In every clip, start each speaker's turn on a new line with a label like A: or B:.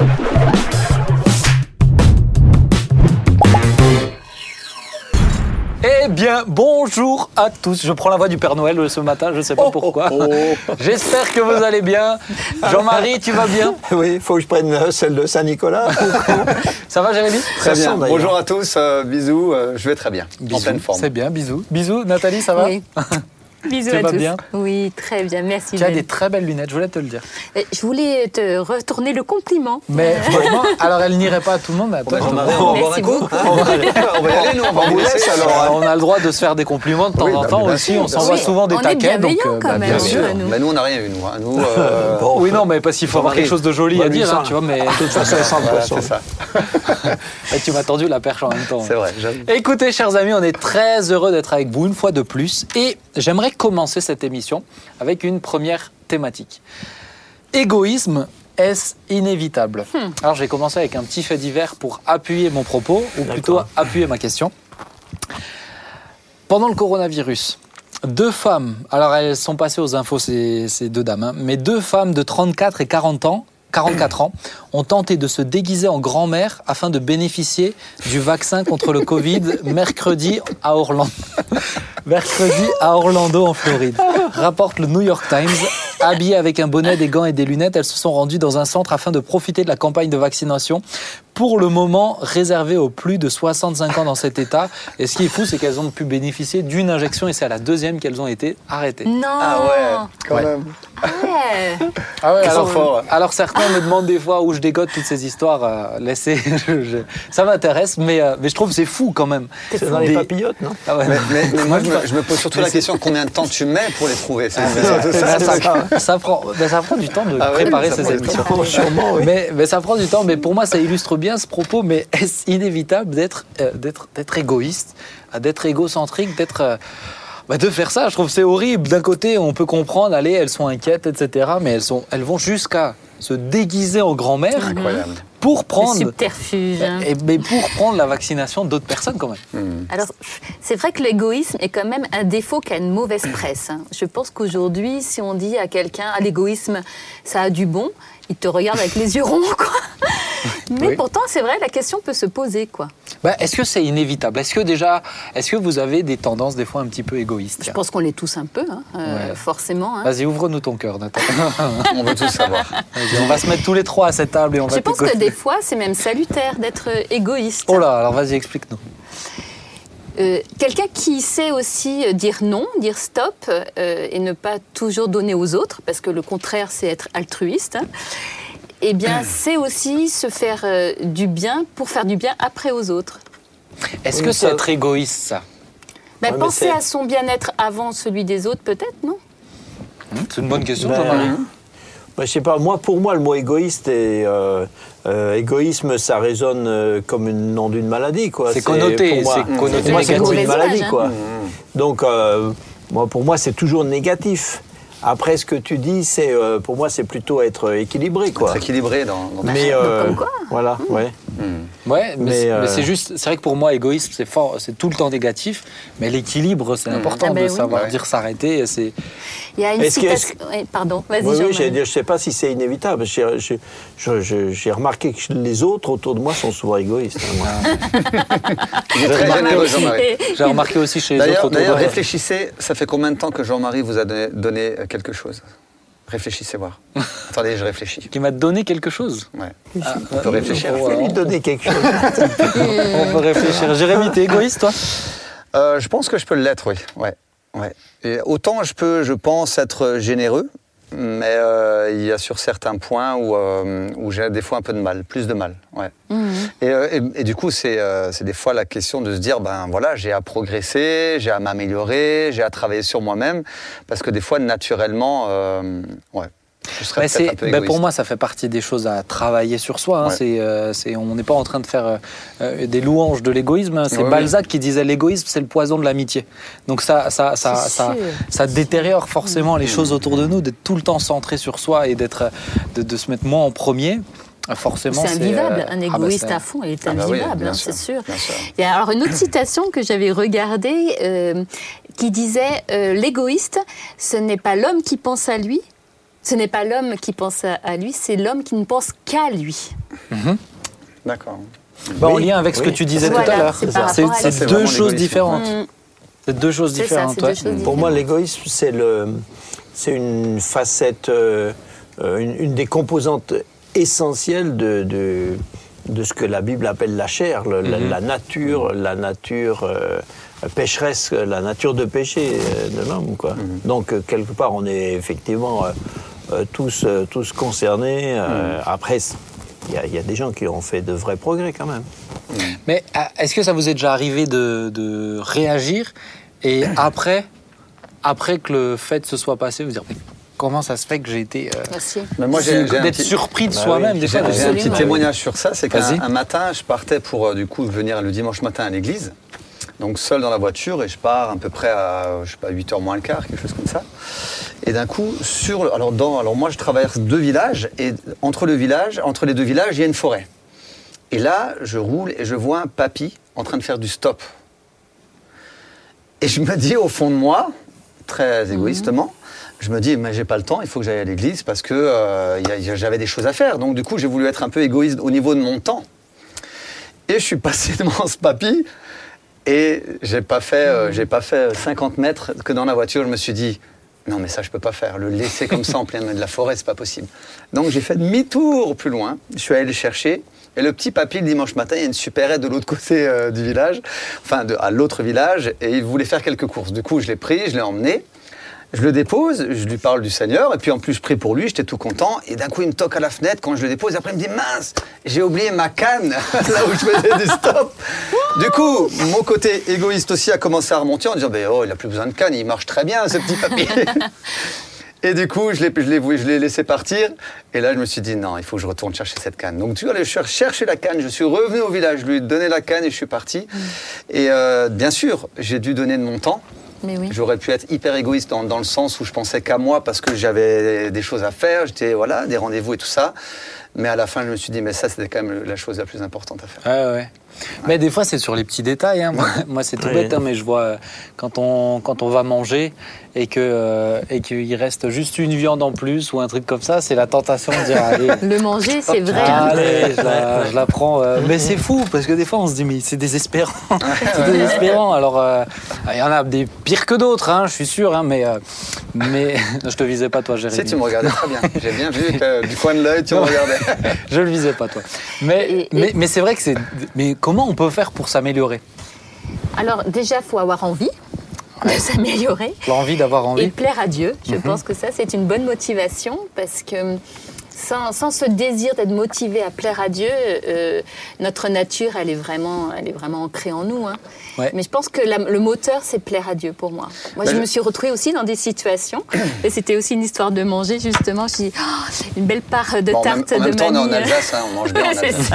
A: Eh bien, bonjour à tous. Je prends la voix du Père Noël ce matin, je ne sais pas pourquoi. J'espère que vous allez bien. Jean-Marie, tu vas bien?
B: Oui, il faut que je prenne celle de Saint-Nicolas.
A: Ça va, Jérémy?
C: Très bien. Bonjour à tous, bisous, je vais très bien,
A: Bisous,
C: en pleine forme.
A: C'est bien, bisous. Bisous, Nathalie, ça va?
D: Oui. Bisous
A: Tu
D: à
A: vas
D: tous.
A: bien?
D: Oui, très bien, merci.
A: Tu as
D: Ben.
A: des très belles lunettes, je voulais te le dire.
D: Je voulais te retourner le compliment.
A: Mais franchement, alors elle n'irait pas à tout le monde, mais à toi,
C: On
A: je te
C: va
A: demande.
C: boire un coup.
D: beaucoup.
C: On va y aller, nous, on va vous laisser alors.
A: On a le droit de se faire des compliments de temps en temps
C: bien
A: aussi.
C: sûr,
A: On s'envoie
D: Oui,
A: souvent des
D: on est
A: taquets. Donc,
D: bienveillants quand même,
A: bien
D: sûr.
A: sûr.
D: nous.
C: Mais nous, on n'a rien eu, nous. Nous
A: Oui, non, mais parce qu'il faut avoir quelque chose de joli à dire, hein, tu vois. Mais de toute façon,
C: c'est ça.
A: Et tu m'as tendu la perche en même temps.
C: C'est vrai, j'avoue.
A: Écoutez, chers amis, on est très heureux d'être avec vous une fois de plus. Et j'aimerais commencer cette émission avec une première thématique. Égoïsme, est-ce inévitable? Alors, je vais commencer avec un petit fait divers pour appuyer mon propos, ou plutôt appuyer ma question. Pendant le coronavirus, 2 femmes, alors elles sont passées aux infos, ces 2 dames, hein, mais 2 femmes de 34 et 44 ans ont tenté de se déguiser en grand-mère afin de bénéficier du vaccin contre le Covid mercredi à Orlando. Mercredi à Orlando, en Floride. Rapporte le New York Times. Habillées avec un bonnet, des gants et des lunettes, elles se sont rendues dans un centre afin de profiter de la campagne de vaccination, pour le moment réservée aux plus de 65 ans dans cet état. Et ce qui est fou, c'est qu'elles ont pu bénéficier d'une injection et c'est à la 2e qu'elles ont été arrêtées.
D: Non.
C: Ah ouais, quand même.
D: Ouais.
A: Ah ouais,
C: Ils sont forts.
A: alors certains me demandent des fois où je dégote toutes ces histoires. Laissez, ça m'intéresse, mais je trouve que c'est fou quand même.
B: C'est dans les papillotes, non?
A: Ah ouais.
C: Mais moi, je me pose surtout la question combien de temps tu mets pour les trouver.
A: Ça prend du temps de
C: Ah ouais,
A: préparer
C: ça
A: ces
C: prend du
A: émissions.
C: temps.
B: Sûrement, oui.
A: Mais ça prend du temps. Mais pour moi, ça illustre bien ce propos. Mais est-ce inévitable d'être égoïste, d'être égocentrique, de faire ça? Je trouve que c'est horrible. D'un côté, on peut comprendre, allez, elles sont inquiètes, etc. Mais elles vont jusqu'à se déguiser en grand-mère
C: Incroyable.
A: pour prendre,
D: Subterfuge.
A: mais pour prendre la vaccination d'autres personnes quand même.
D: Alors, c'est vrai que l'égoïsme est quand même un défaut qui a une mauvaise presse. Je pense qu'aujourd'hui, si on dit à quelqu'un « l'égoïsme, ça a du bon », il te regarde avec les yeux ronds, quoi. Mais
C: Oui.
D: pourtant, c'est vrai, la question peut se poser, quoi.
A: Est-ce que c'est inévitable? Est-ce que vous avez des tendances des fois un petit peu égoïstes?
D: Je pense qu'on l'est tous un peu,
A: Ouais.
D: forcément. Hein.
A: Vas-y, ouvre-nous ton cœur, Nathan.
C: On veut tout savoir.
A: Vas-y, on va se mettre tous les 3 à cette table et on va
D: Je pense que
A: t'écouter.
D: des fois, c'est même salutaire d'être égoïste.
A: Oh là, alors vas-y, explique-nous.
D: Quelqu'un qui sait aussi dire non, dire stop et ne pas toujours donner aux autres, parce que le contraire, c'est être altruiste, eh bien, c'est aussi se faire du bien pour faire du bien après aux autres.
A: Est-ce
B: Oui,
A: que c'est
B: ça-
A: être égoïste, ça?
D: Ben,
B: Ouais, mais
D: penser
B: c'est-
D: à son bien-être avant celui des autres, peut-être, non?
A: C'est une bonne question,
B: Ben,
A: Jean-Marie.
B: Je sais pas, pour moi, le mot égoïste et égoïsme, ça résonne comme le nom d'une maladie, quoi.
A: C'est connoté,
B: pour moi,
A: c'est connoté
B: pour moi, c'est
D: négatif.
B: comme une maladie,
D: Image,
B: quoi. Donc, pour moi, c'est toujours négatif. Après, ce que tu dis, c'est pour moi, c'est plutôt être équilibré, quoi.
C: Être équilibré dans
B: Mais
D: comme quoi.
B: voilà, ouais.
A: Ouais,
B: Mais,
A: mais c'est juste, c'est vrai que pour moi, égoïsme, c'est fort, c'est tout le temps négatif, mais l'équilibre, c'est important
D: Ah ben
A: de
D: oui.
A: savoir
C: Ouais.
A: dire s'arrêter. et C'est...
D: Il y a une
B: Est-ce que-
D: citation... Oui, pardon, vas-y,
B: Oui,
D: Jean-Marie.
B: j'allais dire, je sais pas si c'est inévitable. J'ai remarqué que les autres autour de moi sont souvent égoïstes. Hein, moi.
C: Il est très généreux, Jean-Marie.
A: J'ai remarqué aussi chez les autres autour de
C: D'ailleurs,
A: moi.
C: réfléchissez, ça fait combien de temps que Jean-Marie vous a donné quelque chose? Réfléchissez voir. Attendez, je réfléchis.
A: Qui m'a donné quelque chose.
C: Ouais.
A: Ah,
C: On peut réfléchir.
A: on
B: Je vais
A: va-
B: lui donner quelque chose.
A: on peut réfléchir. Jérémy, t'es égoïste, toi?
C: Je pense que je peux l'être, oui. Ouais. Et autant je pense être généreux, mais il y a sur certains points où j'ai des fois un peu de mal, plus de mal. Ouais. Et du coup, c'est des fois la question de se dire, ben voilà, j'ai à progresser, j'ai à m'améliorer, j'ai à travailler sur moi-même, parce que des fois, naturellement, je serais peut-être un peu égoïste.
A: Pour moi, ça fait partie des choses à travailler sur soi. Hein.
C: Ouais.
A: On n'est pas en train de faire des louanges de l'égoïsme. Hein. C'est
C: Ouais,
A: Balzac qui disait l'égoïsme, c'est le poison de l'amitié. Donc ça détériore forcément les choses autour de nous, d'être tout le temps centré sur soi et de se mettre moi en premier. Forcément,
D: c'est invivable. Un
A: c'est
D: égoïste à fond, il est
C: Ah bah oui,
D: invivable,
C: bien
D: c'est sûr.
C: bien sûr.
D: Il y a alors une autre citation que j'avais regardée qui disait l'égoïste, ce n'est pas l'homme qui pense à lui, ce n'est pas l'homme qui pense à lui, c'est l'homme qui ne pense qu'à lui.
C: D'accord.
A: En lien avec ce que tu disais tout à l'heure. C'est deux choses différentes. C'est deux choses différentes.
B: Pour moi, l'égoïsme, c'est une facette, une des composantes essentielles de ce que la Bible appelle la chair, la nature pécheresse, la nature de péché de l'homme, quoi. Donc, quelque part, on est effectivement tous concernés. Après, il y a des gens qui ont fait de vrais progrès, quand même.
A: Mais est-ce que ça vous est déjà arrivé de réagir et après que le fait se soit passé, vous dire mais comment ça se fait que j'ai été d'être surpris de soi-même.
C: J'ai un petit témoignage sur ça, c'est qu'un matin, je partais pour venir le dimanche matin à l'église, donc seul dans la voiture, et je pars à peu près à 8h moins le quart, quelque chose comme ça. Et d'un coup, alors moi je traverse 2 villages, et entre les 2 villages, il y a une forêt. Et là, je roule et je vois un papy en train de faire du stop. Et je me dis au fond de moi, très égoïstement, je me dis, mais j'ai pas le temps, il faut que j'aille à l'église parce que j'avais des choses à faire. Donc du coup, j'ai voulu être un peu égoïste au niveau de mon temps. Et je suis passé devant ce papy et j'ai pas fait 50 mètres que dans la voiture, je me suis dit, non mais ça je peux pas faire, le laisser comme ça en plein milieu de la forêt, c'est pas possible. Donc j'ai fait demi-tour plus loin, je suis allé le chercher. Et le petit papy, le dimanche matin, il y a une supérette de l'autre côté du village, à l'autre village, et il voulait faire quelques courses. Du coup, je l'ai pris, je l'ai emmené, je le dépose, je lui parle du Seigneur, et puis en plus, je prie pour lui, j'étais tout content, et d'un coup, il me toque à la fenêtre quand je le dépose, et après, il me dit, mince, j'ai oublié ma canne, là où je faisais du stop. Du coup, mon côté égoïste aussi a commencé à remonter en disant, il n'a plus besoin de canne, il marche très bien, ce petit papy. Et du coup, je l'ai laissé partir. Et là, je me suis dit, non, il faut que je retourne chercher cette canne. Donc, tu vois, je suis cherché la canne. Je suis revenu au village, je lui ai donné la canne et je suis parti. Et bien sûr, j'ai dû donner de mon temps.
D: Mais oui.
C: J'aurais pu être hyper égoïste dans le sens où je pensais qu'à moi parce que j'avais des choses à faire. J'étais, des rendez-vous et tout ça. Mais à la fin, je me suis dit, mais ça, c'était quand même la chose la plus importante à faire.
A: Ah ouais. Mais des fois, c'est sur les petits détails. Hein. Moi, c'est tout bête, mais je vois quand on va manger et qu'il reste juste une viande en plus ou un truc comme ça, c'est la tentation de dire allez.
D: Le manger, c'est vrai.
A: Allez, je la prends. Mais c'est fou parce que des fois, on se dit mais c'est désespérant. C'est désespérant. Alors, il y en a des pires que d'autres, hein, je suis sûr. Hein, mais je te visais pas toi, Jérémy.
C: Si, tu me regardais très bien. J'ai bien vu que du coin de l'œil, tu me regardais.
A: Je le visais pas toi. Mais c'est vrai que c'est. Mais comment on peut faire pour s'améliorer ?
D: Alors déjà, il faut avoir envie de s'améliorer.
A: L'envie d'avoir envie.
D: Et plaire à Dieu. Je pense que ça, c'est une bonne motivation parce que sans ce désir d'être motivé à plaire à Dieu, notre nature, elle est vraiment ancrée en nous. Hein.
A: Ouais.
D: Mais je pense que le moteur, c'est plaire à Dieu pour moi. Moi, je me suis retrouvée aussi dans des situations, et c'était aussi une histoire de manger, justement. Je dis, une belle part de tarte de
C: En même temps, on est en
D: manille.
C: Alsace, on mange bien en Alsace.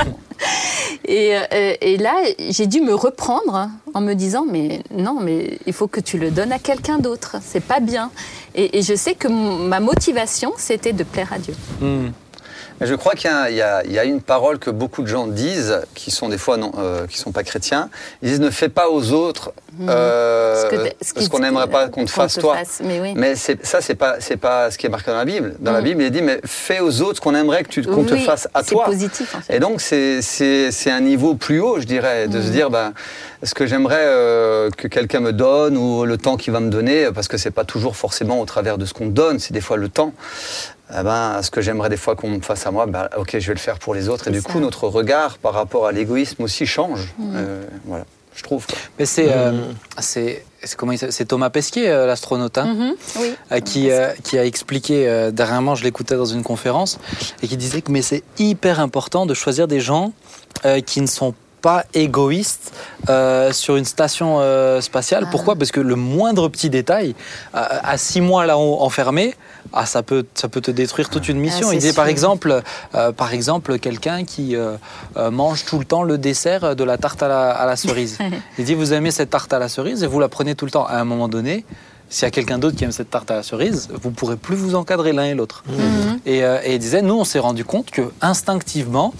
D: Et là, j'ai dû me reprendre en me disant, mais non, mais il faut que tu le donnes à quelqu'un d'autre. C'est pas bien. Et je sais que ma motivation, c'était de plaire à Dieu.
C: Je crois qu'il y a une parole que beaucoup de gens disent, qui sont des fois qui sont pas chrétiens. Ils disent ne fais pas aux autres ce qu'on n'aimerait pas qu'on te fasse toi. Mais c'est pas ce qui est marqué dans la Bible. Dans la Bible, il est dit mais fais aux autres ce qu'on aimerait qu'on te fasse à toi.
D: C'est positif. En fait.
C: Et donc c'est un niveau plus haut, je dirais, de se dire ce que j'aimerais que quelqu'un me donne ou le temps qu'il va me donner, parce que c'est pas toujours forcément au travers de ce qu'on donne, c'est des fois le temps. Ce que j'aimerais des fois qu'on me fasse à moi, ok, je vais le faire pour les autres. Et du coup, notre regard par rapport à l'égoïsme aussi change. Voilà, je trouve.
A: Mais c'est Thomas Pesquet, l'astronaute, hein,
D: oui.
A: qui a expliqué, dernièrement, je l'écoutais dans une conférence, et qui disait que c'est hyper important de choisir des gens qui ne sont pas égoïste sur une station spatiale. Pourquoi ? Parce que le moindre petit détail, à 6 mois là-haut enfermé, ça peut te détruire toute une mission. Il disait par exemple quelqu'un qui mange tout le temps le dessert de la tarte à la cerise. Il dit vous aimez cette tarte à la cerise et vous la prenez tout le temps. À un moment donné, s'il y a quelqu'un d'autre qui aime cette tarte à la cerise, vous ne pourrez plus vous encadrer l'un et l'autre. Et il disait, nous on s'est rendu compte que instinctivement,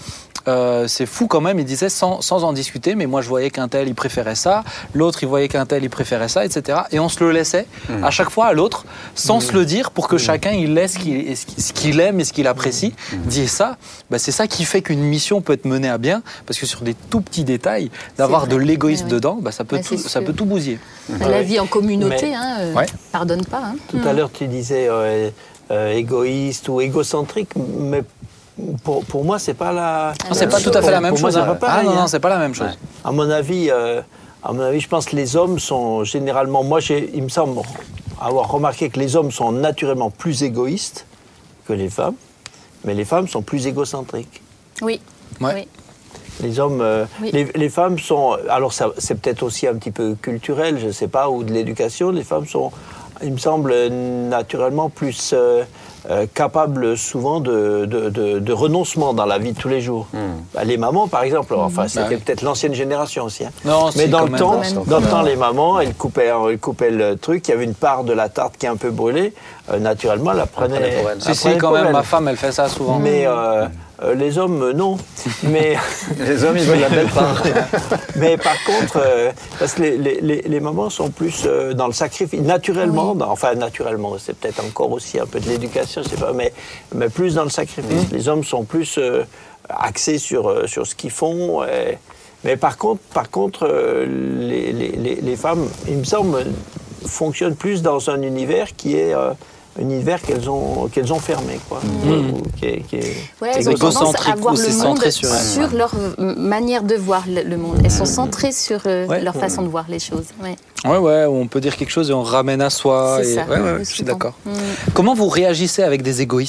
A: c'est fou quand même, il disait sans en discuter, mais moi je voyais qu'un tel il préférait ça, l'autre il voyait qu'un tel il préférait ça, etc. Et on se le laissait à chaque fois à l'autre, sans se le dire, pour que chacun il laisse ce qu'il aime et ce qu'il apprécie. Dit ça, c'est ça qui fait qu'une mission peut être menée à bien, parce que sur des tout petits détails, d'avoir de l'égoïsme dedans, ça peut tout bousiller.
D: La vie en communauté, pardonne pas. Hein.
B: Tout à l'heure tu disais égoïste ou égocentrique, mais pour moi c'est pas la.
A: Non, c'est pas tout à fait la même chose. Non, c'est pas la même chose.
B: Ouais. À mon avis, je pense que les hommes sont généralement. Il me semble avoir remarqué que les hommes sont naturellement plus égoïstes que les femmes, mais les femmes sont plus égocentriques.
D: Oui.
A: Ouais.
D: Oui.
B: Les hommes, les femmes sont. Alors ça, c'est peut-être aussi un petit peu culturel, je ne sais pas, ou de l'éducation. Les femmes sont, il me semble, naturellement plus capables souvent de renoncement dans la vie de tous les jours. Les mamans, par exemple, c'était peut-être l'ancienne génération aussi. Hein.
A: Non,
B: mais dans le temps, les mamans, elles coupaient le truc. Il y avait une part de la tarte qui est un peu brûlée. Naturellement, elle la prenait.
A: Si, quand même, ma femme, elle fait ça souvent.
B: Mais les hommes, non. Mais
C: les hommes, ils veulent la belle part.
B: Mais par contre, parce que les mamans sont plus dans le sacrifice, naturellement, naturellement, c'est peut-être encore aussi un peu de l'éducation, je sais pas, mais plus dans le sacrifice. Les hommes sont plus axés sur ce qu'ils font. Mais par contre, les femmes, il me semble, fonctionnent plus dans un univers qui est un univers qu'elles ont fermé, quoi.
D: Elles ont tendance à voir le monde sur leur manière de voir le monde. Elles sont centrées sur leur façon de voir les choses.
A: Ouais, on peut dire quelque chose et on ramène à soi.
D: C'est ça.
A: Je suis d'accord. Comment vous réagissez avec des égoïstes ?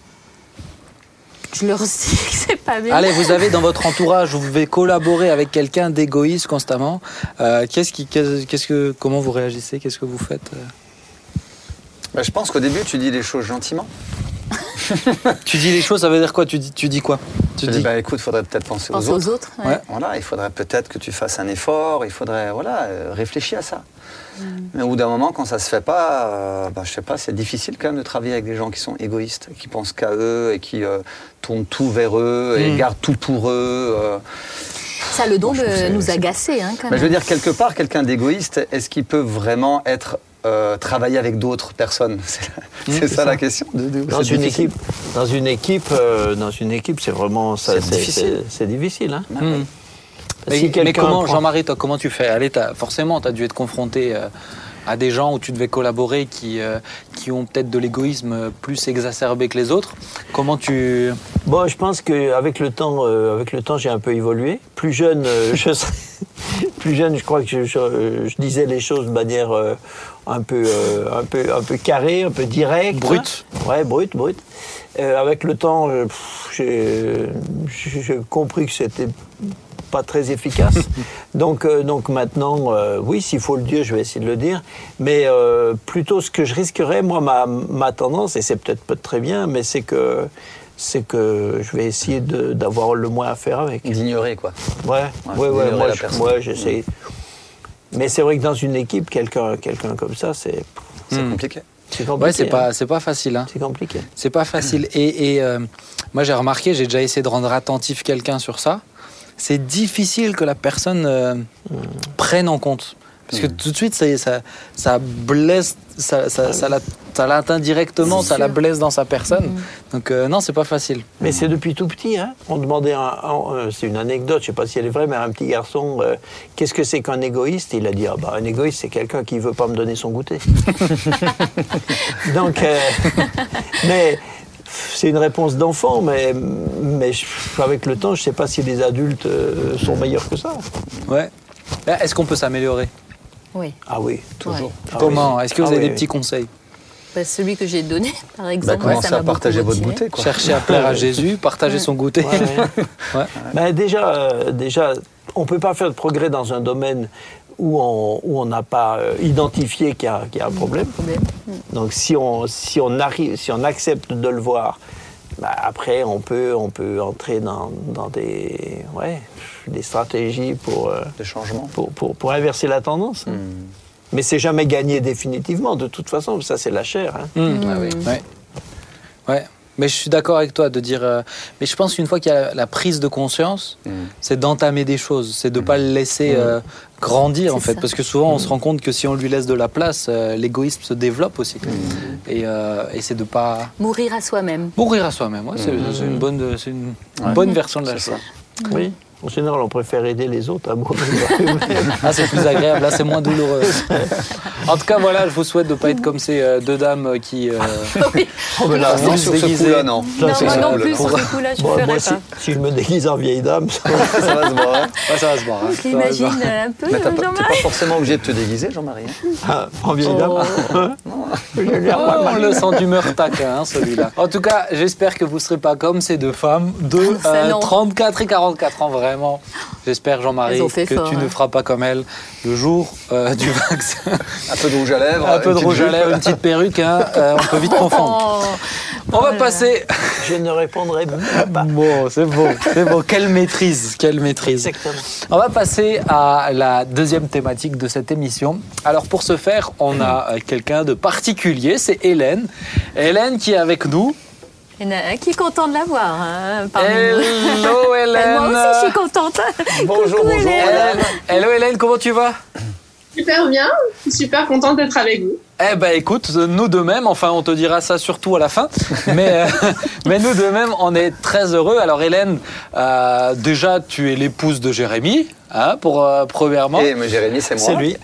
D: Je leur dis que c'est pas bien.
A: Allez, vous avez dans votre entourage, vous devez collaborer avec quelqu'un d'égoïste constamment. Comment vous réagissez ? Qu'est-ce que vous faites ?
C: Je pense qu'au début, tu dis les choses gentiment.
A: Tu dis les choses, ça veut dire quoi ? Tu dis quoi ?
C: Tu dis, écoute, il faudrait peut-être penser aux autres. Voilà, il faudrait peut-être que tu fasses un effort, il faudrait réfléchir à ça. Mais au bout d'un moment, quand ça se fait pas, je sais pas, c'est difficile quand même de travailler avec des gens qui sont égoïstes, qui pensent qu'à eux et qui tournent tout vers eux et gardent tout pour eux.
D: Ça a le don de nous agacer, quand même.
C: Je veux dire, quelque part, quelqu'un d'égoïste, est-ce qu'il peut vraiment être travailler avec d'autres personnes, c'est ça la question.
B: Dans une équipe, c'est vraiment ça. C'est difficile. Hein.
A: Mais comment, Jean-Marie, toi, comment tu fais ? Allez, forcément, tu as dû être confronté à des gens où tu devais collaborer qui ont peut-être de l'égoïsme plus exacerbé que les autres. Comment tu...
B: Bon, je pense qu'avec le temps, j'ai un peu évolué. Plus jeune, je crois que je disais les choses de manière un peu carrée, un peu directe.
A: Brute.
B: Ouais, brute. Avec le temps, j'ai compris que c'était pas très efficace. Donc maintenant, oui, s'il faut le dire, je vais essayer de le dire. Mais plutôt, ce que je risquerais, moi, ma tendance, et c'est peut-être pas très bien, mais c'est que je vais essayer d'avoir le moins à faire avec.
C: D'ignorer, quoi.
B: Ouais, moi, j'essaie. Mais c'est vrai que dans une équipe, quelqu'un comme ça, c'est
C: compliqué.
B: C'est compliqué.
A: Ouais, c'est pas facile. Hein.
B: C'est compliqué.
A: C'est pas facile. Et moi, j'ai remarqué, j'ai déjà essayé de rendre attentif quelqu'un sur ça. C'est difficile que la personne prenne en compte. Parce que tout de suite, ça blesse, ça l'atteint directement, ça la blesse dans sa personne. Donc non, c'est pas facile.
B: Mais c'est depuis tout petit. Hein. On demandait, c'est une anecdote, je sais pas si elle est vraie, mais un petit garçon, qu'est-ce que c'est qu'un égoïste ? Il a dit, un égoïste, c'est quelqu'un qui veut pas me donner son goûter. Donc, mais... C'est une réponse d'enfant, mais avec le temps, je ne sais pas si les adultes sont meilleurs que ça.
A: Ouais. Est-ce qu'on peut s'améliorer ?
D: Oui.
B: Ah oui, toujours.
D: Ouais.
A: Comment ? Est-ce que vous avez des petits conseils ?
D: Celui que j'ai donné, par exemple,
C: commencez à partager votre goûter. Quoi.
A: Chercher à plaire à Jésus, partager son goûter.
B: Ouais. Déjà, on ne peut pas faire de progrès dans un domaine où on n'a pas identifié qu'il y a un problème. Donc si on accepte de le voir, après on peut entrer dans des stratégies pour
C: des changements,
B: pour inverser la tendance. Mais c'est jamais gagné définitivement. De toute façon, ça c'est la chair. Hein.
A: Ouais. Mais je suis d'accord avec toi de dire. Mais je pense qu'une fois qu'il y a la prise de conscience, c'est d'entamer des choses, c'est de ne pas le laisser grandir en fait. Parce que souvent on se rend compte que si on lui laisse de la place, l'égoïsme se développe aussi. Et c'est de ne pas.
D: Mourir à soi-même.
A: Mourir à soi-même, ouais, c'est une bonne version de la chose.
B: Oui. En général, on préfère aider les autres à mourir.
A: Ah, c'est plus agréable, là c'est moins douloureux. En tout cas, voilà, je vous souhaite de ne pas être comme ces deux dames qui.
D: Oui.
C: Oh, mais là, non, sur ce coup-là, non.
D: Non, moi non plus, sur ce coup-là, je ne ferais
B: Moi,
D: pas.
B: si je me déguise en vieille dame,
C: ça va se voir.
A: Ouais, ça va se voir. Hein.
D: Je l'imagine un peu,
C: Mais t'es pas
D: Jean-Marie.
C: forcément obligé de te déguiser, Jean-Marie.
B: en vieille dame.
A: On le sent d'humeur taquin, hein, celui-là. En tout cas, j'espère que vous ne serez pas comme ces deux femmes de
D: Ça, non.
A: 34 et 44 ans, vraiment. J'espère, Jean-Marie,
D: Elles ont fait
A: que
D: fort,
A: tu ne feras pas comme elle le jour du vaccin.
C: Un peu de rouge à lèvres.
A: Un peu de
C: une
A: rouge à
C: petite
A: lèvres,
C: jupe.
A: une petite perruque, hein, on peut vite confondre.
D: Oh.
A: On va passer.
B: Je ne répondrai même pas.
A: Bon, c'est beau. Quelle maîtrise, quelle maîtrise.
B: Exactement.
A: On va passer à la deuxième thématique de cette émission. Alors pour ce faire, on a quelqu'un de particulier, c'est Hélène. Hélène qui est avec nous.
D: Il y en a un qui est content de la voir parmi nous.
A: Hello Hélène.
D: Moi aussi, je suis contente.
C: Bonjour,
D: Coucou,
C: bonjour.
D: Hélène.
A: Hello Hélène, comment tu vas?
E: Super bien, je suis super contente d'être avec vous.
A: Eh ben écoute, nous de même, enfin on te dira ça surtout à la fin, mais nous de même on est très heureux. Alors Hélène, déjà tu es l'épouse de Jérémy, hein, premièrement.
C: Mais Jérémy, c'est moi.
A: C'est lui.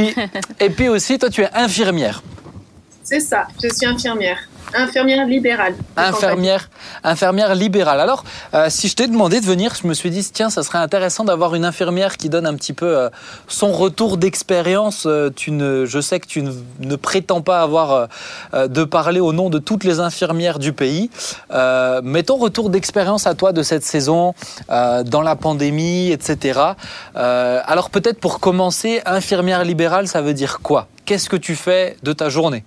A: Et puis aussi toi tu es infirmière.
E: C'est ça, je suis infirmière. Infirmière libérale.
A: Infirmière libérale. Alors, si je t'ai demandé de venir, je me suis dit, tiens, ça serait intéressant d'avoir une infirmière qui donne un petit peu son retour d'expérience. Je sais que tu ne prétends pas avoir de parler au nom de toutes les infirmières du pays. Mais ton retour d'expérience à toi de cette saison, dans la pandémie, etc. Alors peut-être pour commencer, infirmière libérale, ça veut dire quoi? Qu'est-ce que tu fais de ta journée?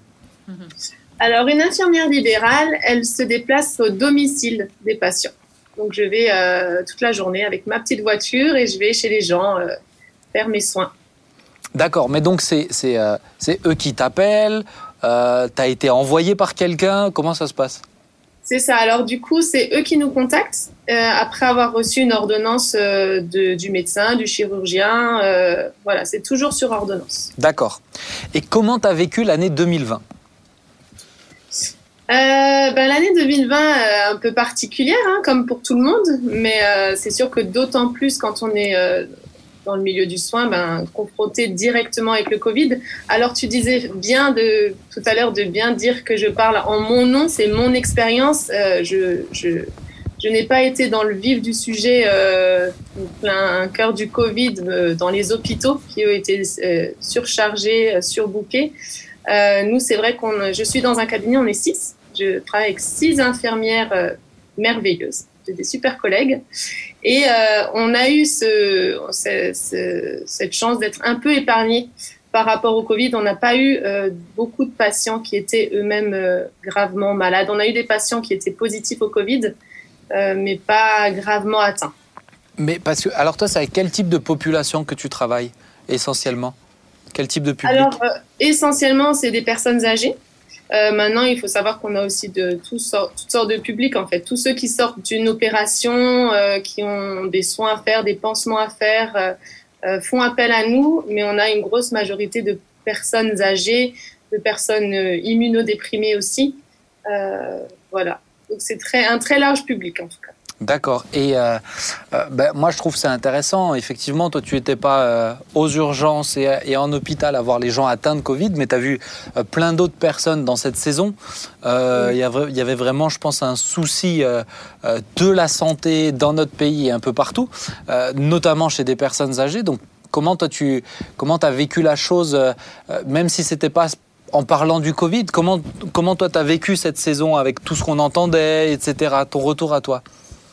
E: Alors, une infirmière libérale, elle se déplace au domicile des patients. Donc, je vais toute la journée avec ma petite voiture et je vais chez les gens faire mes soins.
A: D'accord, mais donc c'est eux qui t'appellent, t'as été envoyé par quelqu'un, comment ça se passe?
E: C'est ça. Alors, du coup, c'est eux qui nous contactent après avoir reçu une ordonnance du médecin, du chirurgien. Voilà, c'est toujours sur ordonnance.
A: D'accord. Et comment t'as vécu l'année 2020?
E: L'année 2020 un peu particulière, hein, comme pour tout le monde, mais c'est sûr que d'autant plus quand on est dans le milieu du soin, confronté directement avec le Covid. Alors tu disais bien tout à l'heure de bien dire que je parle en mon nom, c'est mon expérience. Je n'ai pas été dans le vif du sujet, plein cœur du Covid, dans les hôpitaux qui ont été surchargés, surbookés. Nous, c'est vrai je suis dans un cabinet, on est 6. Je travaille avec 6 infirmières merveilleuses. J'ai des super collègues. Et on a eu cette chance d'être un peu épargnés par rapport au Covid. On n'a pas eu beaucoup de patients qui étaient eux-mêmes gravement malades. On a eu des patients qui étaient positifs au Covid, mais pas gravement atteints.
A: Mais alors toi, c'est avec quel type de population que tu travailles essentiellement? Quel type de public?
E: Alors, essentiellement, c'est des personnes âgées. Maintenant, il faut savoir qu'on a aussi toutes sortes de publics, en fait. Tous ceux qui sortent d'une opération, qui ont des soins à faire, des pansements à faire, font appel à nous, mais on a une grosse majorité de personnes âgées, de personnes immunodéprimées aussi. Voilà. Donc, c'est un très large public, en tout cas.
A: D'accord. Et moi, je trouve que c'est intéressant. Effectivement, toi, tu n'étais pas aux urgences et en hôpital à voir les gens atteints de Covid, mais tu as vu plein d'autres personnes dans cette saison. Il y avait vraiment, je pense, un souci de la santé dans notre pays et un peu partout, notamment chez des personnes âgées. Donc, comment t'as vécu la chose, même si c'était pas en parlant du Covid, comment toi, tu as vécu cette saison avec tout ce qu'on entendait, etc. Ton retour à toi?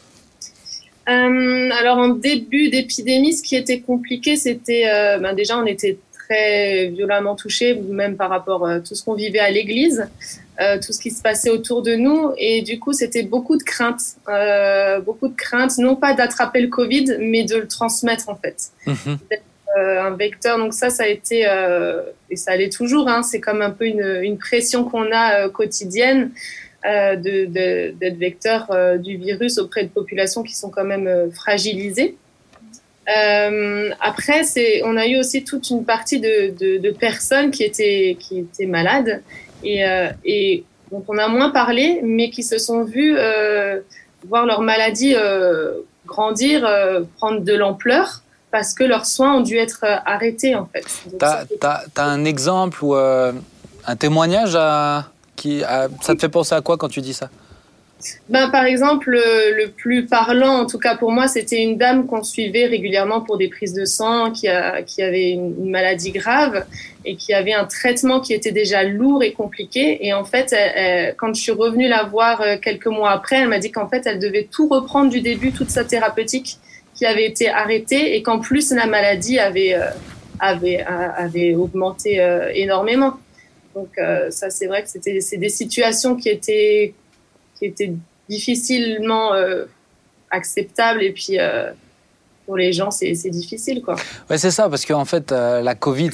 E: Alors, en début d'épidémie, ce qui était compliqué, c'était déjà, on était très violemment touchés, même par rapport à tout ce qu'on vivait à l'église, tout ce qui se passait autour de nous. Et du coup, c'était beaucoup de craintes, non pas d'attraper le Covid, mais de le transmettre, en fait. D'être un vecteur. Donc ça a été, et ça l'est toujours, hein, c'est comme un peu une pression qu'on a quotidienne. d'être vecteur du virus auprès de populations qui sont quand même fragilisées. Après, on a eu aussi toute une partie de personnes qui étaient malades et dont on a moins parlé, mais qui se sont vues voir leur maladie grandir, prendre de l'ampleur, parce que leurs soins ont dû être arrêtés, en fait.
A: T'as un exemple ou un témoignage ça te fait penser à quoi quand tu dis ça?
E: Par exemple, le plus parlant, en tout cas pour moi, c'était une dame qu'on suivait régulièrement pour des prises de sang, qui avait une maladie grave et qui avait un traitement qui était déjà lourd et compliqué. Et en fait, quand je suis revenue la voir quelques mois après, elle m'a dit qu'en fait, elle devait tout reprendre du début, toute sa thérapeutique qui avait été arrêtée, et qu'en plus, la maladie avait augmenté énormément. Donc ça, c'est vrai que c'est des situations qui étaient difficilement acceptables, et puis pour les gens c'est difficile, quoi.
A: Ouais, c'est ça, parce qu'en fait la Covid,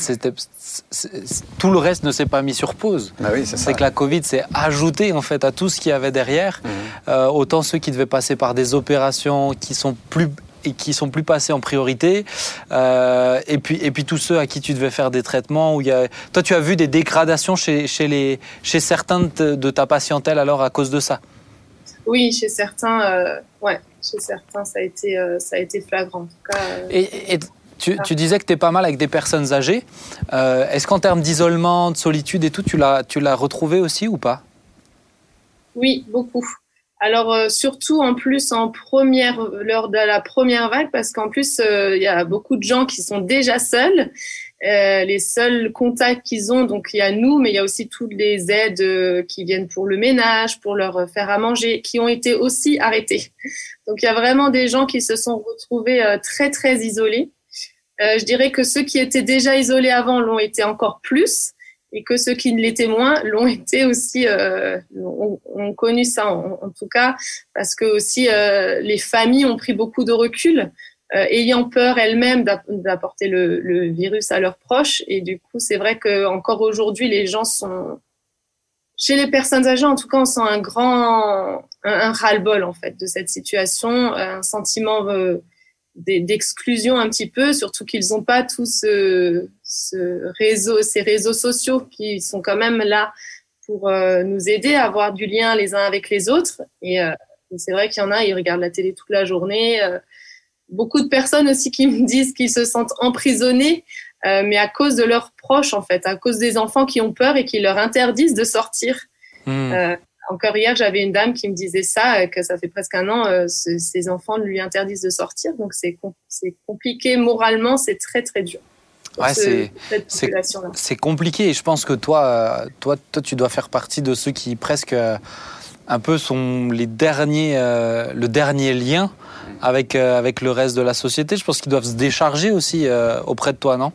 A: tout le reste ne s'est pas mis sur pause.
C: Bah oui, c'est
A: que la Covid s'est ajoutée en fait à tout ce qu'il y avait derrière. Autant ceux qui devaient passer par des opérations qui sont plus passés en priorité, et puis tous ceux à qui tu devais faire des traitements. Toi, tu as vu des dégradations chez certains de ta patientèle alors à cause de ça?
E: Oui, chez certains, ça a été flagrant. En tout cas,
A: et tu disais que tu es pas mal avec des personnes âgées. Est-ce qu'en termes d'isolement, de solitude et tout, tu l'as retrouvé aussi ou pas?
E: Oui, beaucoup. Alors surtout en plus lors de la première vague, parce qu'en plus il y a beaucoup de gens qui sont déjà seuls. Les seuls contacts qu'ils ont, donc il y a nous, mais il y a aussi toutes les aides qui viennent pour le ménage, pour leur faire à manger, qui ont été aussi arrêtées. Donc il y a vraiment des gens qui se sont retrouvés très très isolés. Je dirais que ceux qui étaient déjà isolés avant l'ont été encore plus, et que ceux qui ne l'étaient moins l'ont été aussi, ont connu ça en tout cas, parce que aussi les familles ont pris beaucoup de recul, ayant peur elles-mêmes d'apporter le virus à leurs proches. Et du coup, c'est vrai qu'encore aujourd'hui, les gens sont... Chez les personnes âgées, en tout cas, on sent un ras-le-bol en fait de cette situation, un sentiment d'exclusion un petit peu, surtout qu'ils n'ont pas tous ces réseaux sociaux qui sont quand même là pour nous aider à avoir du lien les uns avec les autres. Et c'est vrai qu'il y en a, ils regardent la télé toute la journée. Beaucoup de personnes aussi qui me disent qu'ils se sentent emprisonnés, mais à cause de leurs proches, en fait, à cause des enfants qui ont peur et qui leur interdisent de sortir. Encore hier, j'avais une dame qui me disait ça, que ça fait presque un an, ses enfants lui interdisent de sortir. Donc c'est compliqué moralement, c'est très très dur.
A: Ouais, c'est compliqué. Et je pense que toi, tu dois faire partie de ceux qui presque un peu sont le dernier lien avec le reste de la société. Je pense qu'ils doivent se décharger aussi auprès de toi, non?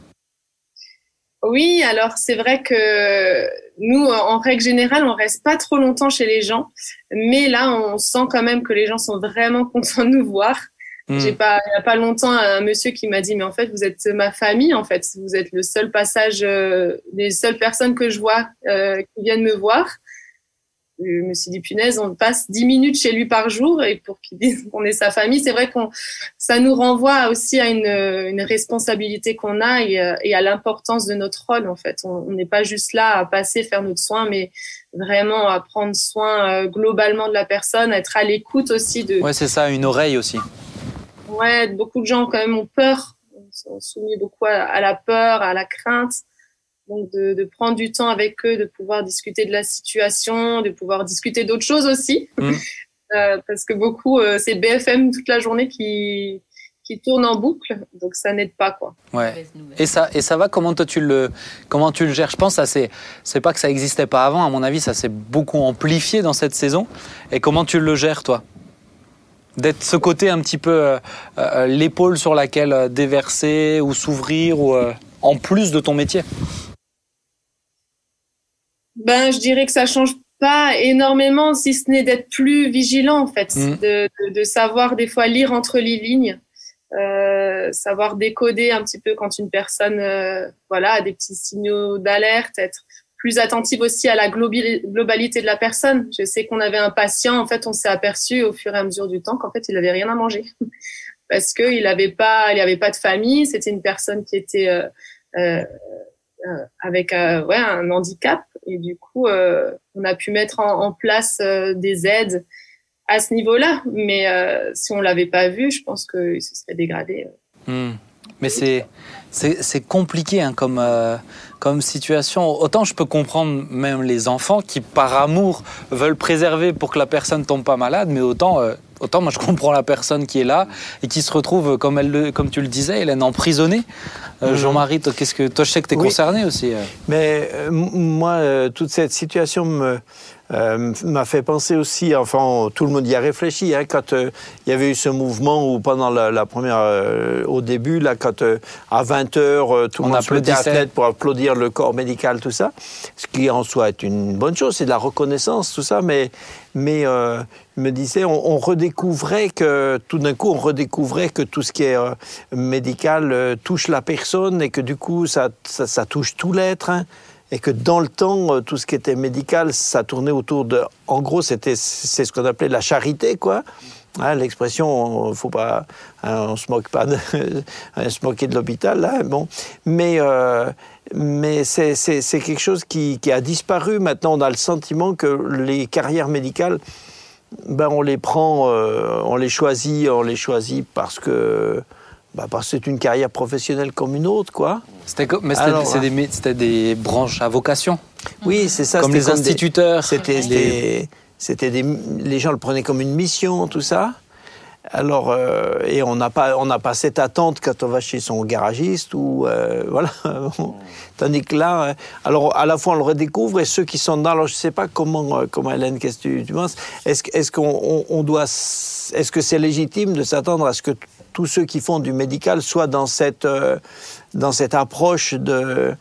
E: Oui, alors c'est vrai que nous, en règle générale, on reste pas trop longtemps chez les gens, mais là, on sent quand même que les gens sont vraiment contents de nous voir. Il y a pas longtemps, un monsieur qui m'a dit, mais en fait, vous êtes ma famille, en fait, vous êtes le seul passage, les seules personnes que je vois qui viennent me voir. Je me suis dit, punaise, on passe 10 minutes chez lui par jour, et pour qu'il dise qu'on est sa famille, c'est vrai ça nous renvoie aussi à une responsabilité qu'on a et à l'importance de notre rôle, en fait. On n'est pas juste là à passer, faire notre soin, mais vraiment à prendre soin globalement de la personne, à être à l'écoute aussi
A: Ouais, c'est ça, une oreille aussi.
E: Ouais, beaucoup de gens quand même ont peur, sont soumis beaucoup à la peur, à la crainte. Donc de prendre du temps avec eux, de pouvoir discuter de la situation, de pouvoir discuter d'autres choses aussi, parce que beaucoup c'est BFM toute la journée qui tourne en boucle, donc ça n'aide pas, quoi.
A: Ouais. Et ça va, comment tu le gères? Je pense que c'est pas que ça n'existait pas avant, à mon avis, ça s'est beaucoup amplifié dans cette saison. Et comment tu le gères, toi? D'être ce côté un petit peu l'épaule sur laquelle déverser ou s'ouvrir, ou en plus de ton métier.
E: Je dirais que ça change pas énormément, si ce n'est d'être plus vigilant, en fait, de savoir des fois lire entre les lignes, savoir décoder un petit peu quand une personne a des petits signaux d'alerte, être plus attentive aussi à la globalité de la personne. Je sais qu'on avait un patient, en fait, on s'est aperçu au fur et à mesure du temps qu'en fait, il avait rien à manger parce que il avait pas de famille. C'était une personne qui était avec un handicap et du coup, on a pu mettre en place des aides à ce niveau-là. Mais si on l'avait pas vu, je pense que il se serait dégradé.
A: Mais c'est compliqué hein, comme situation. Autant je peux comprendre même les enfants qui, par amour, veulent préserver pour que la personne tombe pas malade, mais autant moi je comprends la personne qui est là et qui se retrouve, comme tu le disais, Hélène, emprisonnée. Jean-Marie, toi, je sais que tu es concerné aussi.
B: Mais moi, toute cette situation m'a fait penser aussi, enfin, tout le monde y a réfléchi, hein, quand il y avait eu ce mouvement où pendant la première, au début, là, quand à 20h, tout le monde se mettait à la fenêtre pour applaudir le corps médical, tout ça, ce qui en soi est une bonne chose, c'est de la reconnaissance, tout ça, mais il me disait, on redécouvrait que, tout d'un coup, que tout ce qui est médical touche la personne et que du coup, ça touche tout l'être, hein. Et que dans le temps, tout ce qui était médical, ça tournait autour de... En gros, c'est ce qu'on appelait la charité, quoi. Hein, l'expression, faut pas... Hein, on se moque pas se moquer de l'hôpital, là, bon. Mais c'est quelque chose qui a disparu. Maintenant, on a le sentiment que les carrières médicales, on les prend, on les choisit parce que c'est une carrière professionnelle comme une autre, quoi.
A: C'était des branches à vocation.
B: Oui, c'est ça.
A: Comme les instituteurs.
B: Les gens le prenaient comme une mission, tout ça. Alors, et on n'a pas cette attente quand on va chez son garagiste ou voilà. Tandis que là, alors à la fois on le redécouvre et ceux qui sont dedans. Alors je sais pas comment Hélène, qu'est-ce que tu penses ? Est-ce que c'est légitime de s'attendre à ce que tous ceux qui font du médical soient dans cette approche de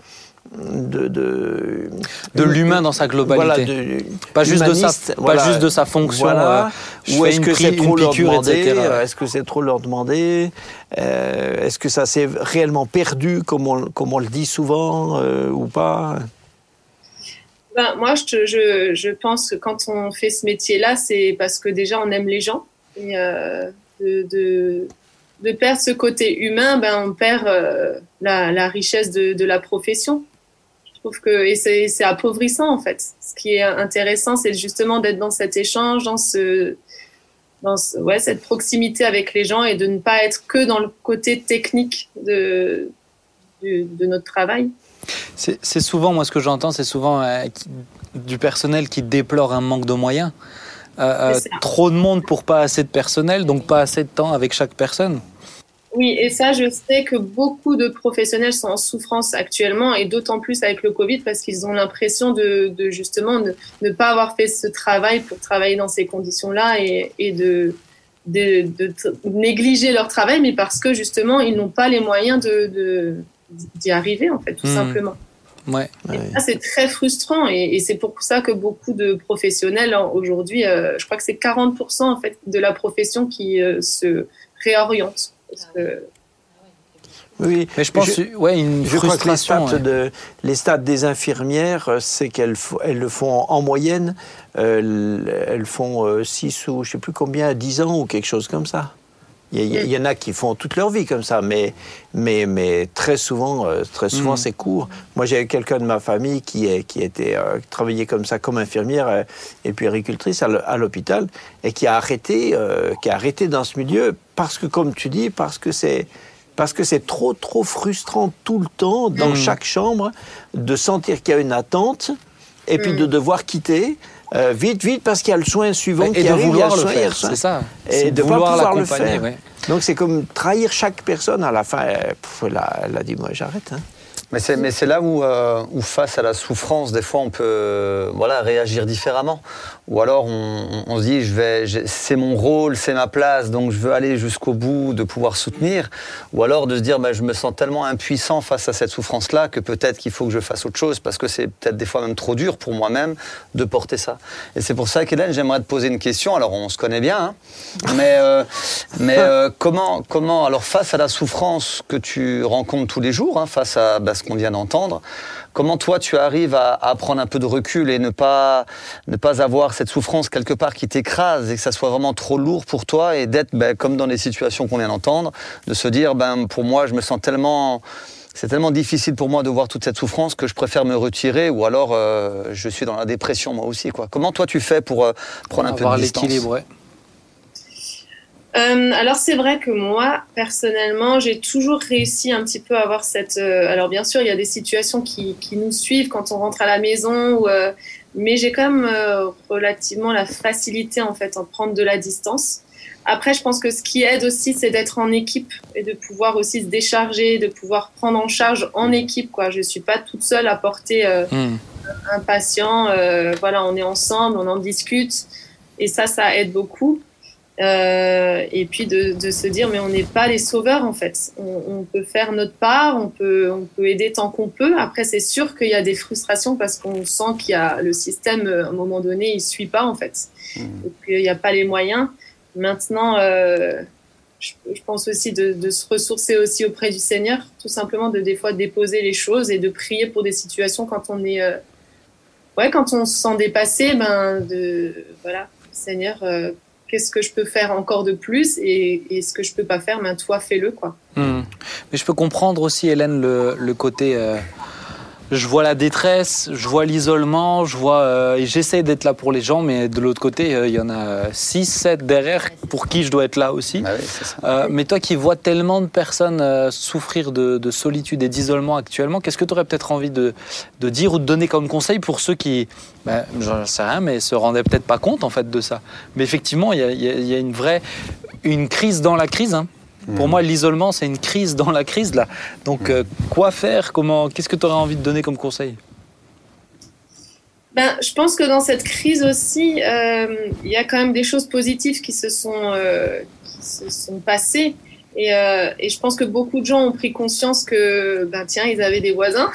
A: l'humain dans sa globalité, pas juste de sa fonction,
B: ou est-ce que c'est trop leur demander, est-ce que c'est trop leur demander, est-ce que ça s'est réellement perdu comme on le dit souvent ou pas?
E: Moi je pense que quand on fait ce métier-là, c'est parce que déjà on aime les gens et de perdre ce côté humain, on perd la richesse de la profession. Je trouve que c'est appauvrissant en fait. Ce qui est intéressant, c'est justement d'être dans cet échange, dans cette proximité avec les gens et de ne pas être que dans le côté technique de notre travail.
A: C'est souvent, moi ce que j'entends, c'est souvent du personnel qui déplore un manque de moyens. Trop de monde pour pas assez de personnel, donc pas assez de temps avec chaque personne.
E: Oui, et ça, je sais que beaucoup de professionnels sont en souffrance actuellement, et d'autant plus avec le Covid, parce qu'ils ont l'impression de justement ne pas avoir fait ce travail pour travailler dans ces conditions-là et de négliger leur travail, mais parce que justement, ils n'ont pas les moyens d'y arriver, en fait, tout simplement.
A: Ouais.
E: Et ça, c'est très frustrant, et c'est pour ça que beaucoup de professionnels, aujourd'hui, je crois que c'est 40% en fait, de la profession qui se réoriente. Parce que...
B: Oui,
A: mais je pense une frustration.
B: Je crois que les stats des infirmières, c'est qu'elles le font en moyenne, elles font 6 ou je ne sais plus combien, 10 ans ou quelque chose comme ça. Il y en a qui font toute leur vie comme ça, mais très souvent c'est court. Moi, j'ai quelqu'un de ma famille qui travaillait comme ça, comme infirmière et puis agricultrice à l'hôpital, et qui a arrêté dans ce milieu parce que, comme tu dis, parce que c'est trop frustrant tout le temps dans chaque chambre de sentir qu'il y a une attente et puis de devoir quitter. Vite, parce qu'il y a le soin suivant qui arrive, il y a le soin,
A: c'est ça.
B: Et de ne pas pouvoir le faire.
A: Ouais.
B: Donc c'est comme trahir chaque personne à la fin. Elle a dit, moi j'arrête. Hein.
C: Mais c'est là où face à la souffrance, des fois on peut réagir différemment. Ou alors on se dit, c'est mon rôle, c'est ma place, donc je veux aller jusqu'au bout, de pouvoir soutenir. Ou alors de se dire, je me sens tellement impuissant face à cette souffrance-là que peut-être qu'il faut que je fasse autre chose, parce que c'est peut-être des fois même trop dur pour moi-même de porter ça. Et c'est pour ça qu'Hélène, j'aimerais te poser une question. Alors on se connaît bien, hein, mais Mais comment, alors face à la souffrance que tu rencontres tous les jours, face à ce qu'on vient d'entendre, comment toi tu arrives à prendre un peu de recul et ne pas avoir cette souffrance quelque part qui t'écrase et que ça soit vraiment trop lourd pour toi et d'être comme dans les situations qu'on vient d'entendre, de se dire pour moi je me sens tellement... C'est tellement difficile pour moi de voir toute cette souffrance que je préfère me retirer ou alors je suis dans la dépression moi aussi, quoi. Comment toi tu fais pour prendre un peu de distance ?
A: L'équilibre, ouais.
E: Alors c'est vrai que moi, personnellement, j'ai toujours réussi un petit peu à avoir cette... alors bien sûr, il y a des situations qui nous suivent quand on rentre à la maison, mais j'ai quand même relativement la facilité en fait à prendre de la distance. Après, je pense que ce qui aide aussi, c'est d'être en équipe et de pouvoir aussi se décharger, de pouvoir prendre en charge en équipe, quoi. Je suis pas toute seule à porter un patient. Voilà, on est ensemble, on en discute et ça aide beaucoup. Et puis de se dire, mais on n'est pas les sauveurs en fait. On peut faire notre part, on peut aider tant qu'on peut. Après, c'est sûr qu'il y a des frustrations parce qu'on sent qu'il y a le système, à un moment donné, il suit pas en fait. Et puis il n'y a pas les moyens. Maintenant, je pense aussi de se ressourcer aussi auprès du Seigneur, tout simplement des fois déposer les choses et de prier pour des situations quand on est, quand on se sent dépassé, voilà, Seigneur, qu'est-ce que je peux faire encore de plus et ce que je peux pas faire, toi fais-le, quoi.
A: Mais je peux comprendre aussi, Hélène, le côté. Je vois la détresse, je vois l'isolement, et j'essaie d'être là pour les gens, mais de l'autre côté, il y en a 6, 7 derrière pour qui je dois être là aussi.
C: Ah oui, c'est ça.
A: Mais toi qui vois tellement de personnes souffrir de solitude et d'isolement actuellement, qu'est-ce que tu aurais peut-être envie de dire ou de donner comme conseil pour ceux qui, j'en sais rien, mais se rendaient peut-être pas compte en fait de ça. Mais effectivement, il y a une crise dans la crise, hein. Pour moi, l'isolement, c'est une crise dans la crise, là. Donc, quoi faire ? Qu'est-ce que tu aurais envie de donner comme conseil ?
E: Je pense que dans cette crise aussi, il y a quand même des choses positives qui se sont passées. Et je pense que beaucoup de gens ont pris conscience que, ils avaient des voisins.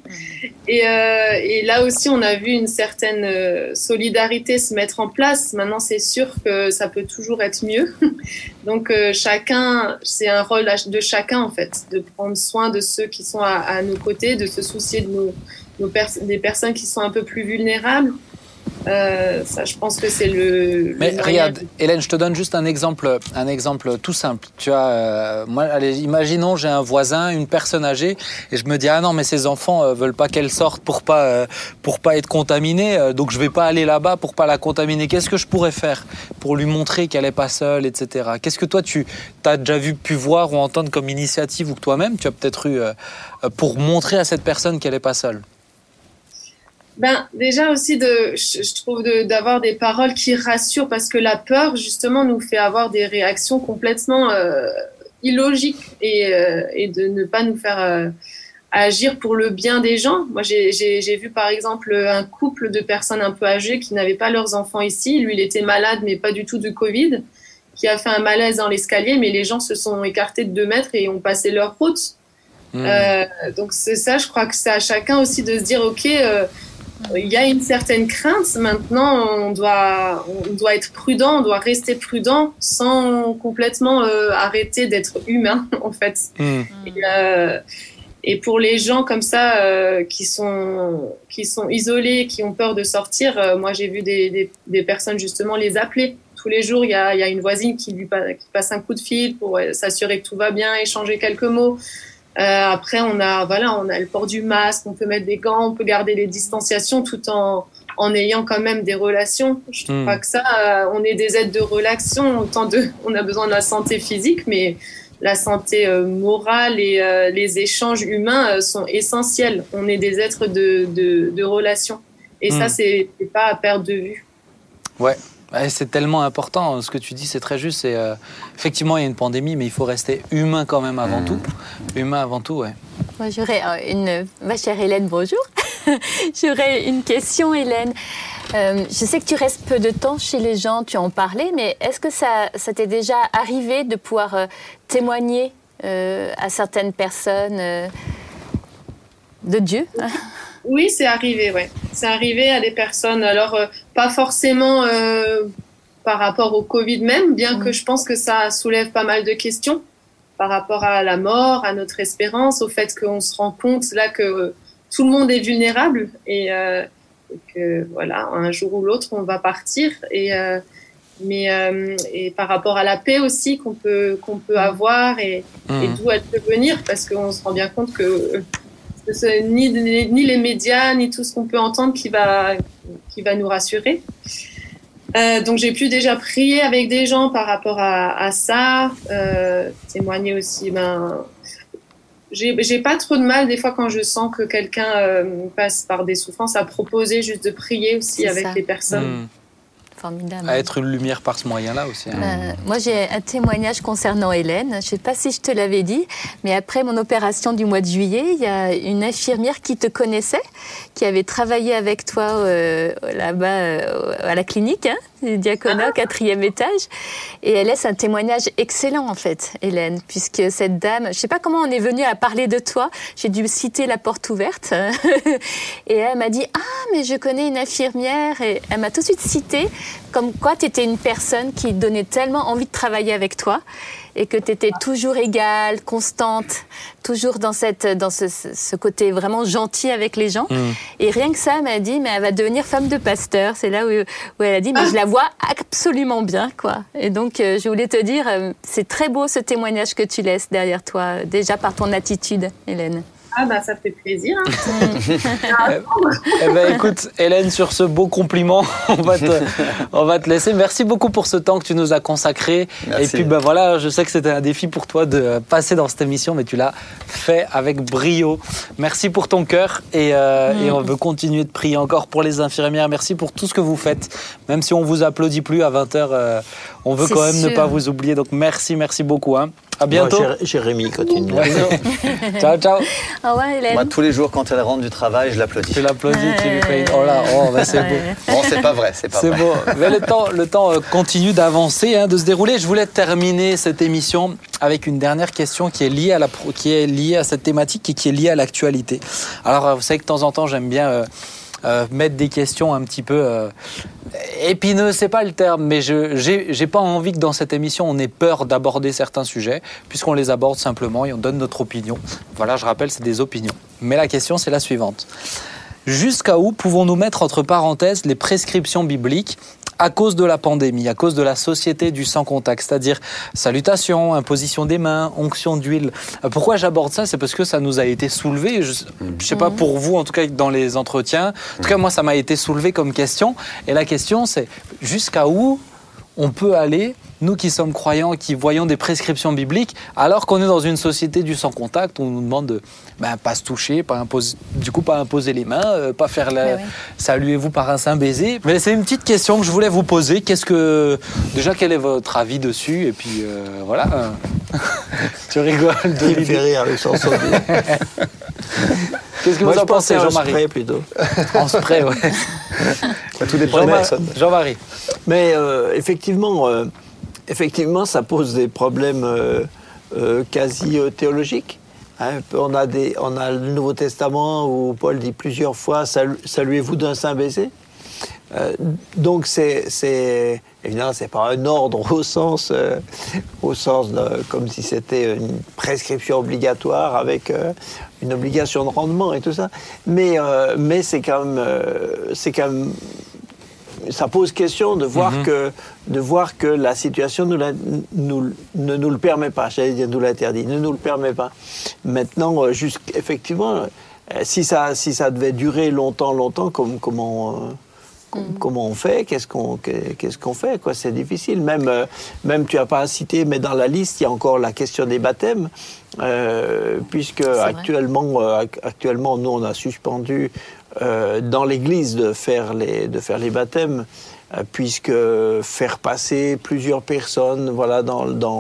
E: Et là aussi, on a vu une certaine solidarité se mettre en place. Maintenant, c'est sûr que ça peut toujours être mieux. Donc, c'est un rôle de chacun, en fait, de prendre soin de ceux qui sont à nos côtés, de se soucier de des personnes qui sont un peu plus vulnérables. Ça, je pense que c'est
A: Mais regarde, Hélène, je te donne juste un exemple tout simple. Tu as, imaginons, j'ai un voisin, une personne âgée, et je me dis non, mais ces enfants veulent pas qu'elle sorte pour pas être contaminée, donc je vais pas aller là-bas pour pas la contaminer. Qu'est-ce que je pourrais faire pour lui montrer qu'elle est pas seule, etc. Qu'est-ce que toi tu as déjà pu voir ou entendre comme initiative ou que toi-même tu as peut-être eu pour montrer à cette personne qu'elle est pas seule?
E: Déjà aussi, je trouve d'avoir des paroles qui rassurent, parce que la peur, justement, nous fait avoir des réactions complètement illogiques et de ne pas nous faire agir pour le bien des gens. Moi, j'ai vu, par exemple, un couple de personnes un peu âgées qui n'avaient pas leurs enfants ici. Lui, il était malade, mais pas du tout du Covid, qui a fait un malaise dans l'escalier, mais les gens se sont écartés de 2 mètres et ont passé leur route. Donc, c'est ça, je crois que c'est à chacun aussi de se dire, OK, il y a une certaine crainte. Maintenant, on doit être prudent, on doit rester prudent sans complètement arrêter d'être humain, en fait. Et pour les gens comme ça qui sont isolés, qui ont peur de sortir, moi j'ai vu des personnes justement les appeler. Tous les jours, il y a une voisine qui passe un coup de fil pour s'assurer que tout va bien, échanger quelques mots. Après, on a le port du masque, on peut mettre des gants, on peut garder les distanciations tout en ayant quand même des relations. Je trouve pas que ça, on est des êtres de relation, on a besoin de la santé physique, mais la santé morale et les échanges humains sont essentiels. On est des êtres de relation. Et ça, c'est pas à perdre de vue.
A: Ouais. C'est tellement important, ce que tu dis, c'est très juste. Effectivement, il y a une pandémie, mais il faut rester humain quand même avant tout. Humain avant tout, ouais.
D: Moi, j'aurais ma chère Hélène, bonjour. J'aurais une question, Hélène. Je sais que tu restes peu de temps chez les gens, tu en parlais, mais est-ce que ça t'est déjà arrivé de pouvoir témoigner à certaines personnes de Dieu ?
E: Oui, c'est arrivé, ouais. C'est arrivé à des personnes, alors pas forcément par rapport au Covid même, bien que je pense que ça soulève pas mal de questions par rapport à la mort, à notre espérance, au fait qu'on se rend compte là que tout le monde est vulnérable et que voilà, un jour ou l'autre, on va partir. Et par rapport à la paix aussi qu'on peut avoir et d'où elle peut venir, parce qu'on se rend bien compte que c'est ni les médias, ni tout ce qu'on peut entendre qui va nous rassurer. Donc j'ai pu déjà prier avec des gens par rapport à ça, témoigner aussi. J'ai pas trop de mal des fois quand je sens que quelqu'un passe par des souffrances à proposer juste de prier aussi avec les personnes.
D: Formidable.
A: À être une lumière par ce moyen-là aussi.
D: Moi, j'ai un témoignage concernant Hélène. Je ne sais pas si je te l'avais dit, mais après mon opération du mois de juillet, il y a une infirmière qui te connaissait, qui avait travaillé avec toi là-bas à la clinique, du Diaconat, 4e étage. Et elle laisse un témoignage excellent, en fait, Hélène, puisque cette dame, je ne sais pas comment on est venu à parler de toi. J'ai dû citer la porte ouverte. Et elle m'a dit « Ah, mais je connais une infirmière. » Et elle m'a tout de suite cité comme quoi tu étais une personne qui donnait tellement envie de travailler avec toi et que tu étais toujours égale, constante, toujours dans ce côté vraiment gentil avec les gens. Et rien que ça, elle m'a dit, mais elle va devenir femme de pasteur. C'est là où elle a dit, mais je la vois absolument bien, quoi. Et donc, je voulais te dire, c'est très beau ce témoignage que tu laisses derrière toi, déjà par ton attitude, Hélène.
E: Ah bah ça fait plaisir.
A: Écoute, Hélène, sur ce beau compliment, on va te laisser. Merci beaucoup pour ce temps que tu nous as consacré. Merci. Et puis voilà, je sais que c'était un défi pour toi de passer dans cette émission, mais tu l'as fait avec brio. Merci pour ton cœur et on veut continuer de prier encore pour les infirmières. Merci pour tout ce que vous faites. Même si on vous applaudit plus à 20h, on veut quand même ne pas vous oublier. Donc merci beaucoup. À bientôt.
B: Moi, Jérémy, continue.
A: Ciao.
D: Au revoir, Hélène.
C: Moi, tous les jours, quand elle rentre du travail, je l'applaudis.
A: Tu l'applaudis, tu lui fais c'est beau.
C: Bon, c'est pas vrai, c'est
A: beau. Mais le temps continue d'avancer, de se dérouler. Je voulais terminer cette émission avec une dernière question qui est liée à cette thématique et qui est liée à l'actualité. Alors, vous savez que de temps en temps, j'aime bien mettre des questions un petit peu épineuses, c'est pas le terme, mais j'ai pas envie que dans cette émission on ait peur d'aborder certains sujets, puisqu'on les aborde simplement et on donne notre opinion. Voilà, je rappelle, c'est des opinions. Mais la question, c'est la suivante. Jusqu'à où pouvons-nous mettre entre parenthèses les prescriptions bibliques à cause de la pandémie, à cause de la société du sans contact, c'est-à-dire salutations, imposition des mains, onction d'huile. Pourquoi j'aborde ça ? C'est parce que ça nous a été soulevé, je ne sais pas pour vous, en tout cas dans les entretiens, en tout cas moi ça m'a été soulevé comme question, et la question c'est jusqu'à où on peut aller, nous qui sommes croyants, qui voyons des prescriptions bibliques, alors qu'on est dans une société du sans contact, on nous demande de pas se toucher, pas imposer les mains, pas faire saluez-vous par un saint baiser. Mais c'est une petite question que je voulais vous poser. Déjà, quel est votre avis dessus ? Et puis voilà. Tu rigoles.
B: Il me fait rire avec son sourire.
A: Qu'est-ce que vous en pensez, Jean-Marie ?
B: En spray plutôt.
A: En spray, ouais.
C: Tout dépend de la personne.
A: Jean-Marie.
B: Mais effectivement, ça pose des problèmes quasi théologiques. On a le Nouveau Testament où Paul dit plusieurs fois « Saluez-vous d'un saint baiser ». Donc évidemment, c'est pas un ordre au sens comme si c'était une prescription obligatoire avec une obligation de rendement et tout ça. Mais c'est quand même ça pose question de voir que la situation ne nous le permet pas. J'allais dire nous l'interdit, ne nous le permet pas. Maintenant, effectivement, si ça devait durer longtemps, comment on fait ? Qu'est-ce qu'on fait ? C'est difficile. Même tu n'as pas cité, mais dans la liste, il y a encore la question des baptêmes, puisque actuellement, nous, on a suspendu dans l'Église de faire les baptêmes, puisque faire passer plusieurs personnes, voilà, dans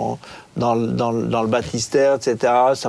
B: le baptistère, etc.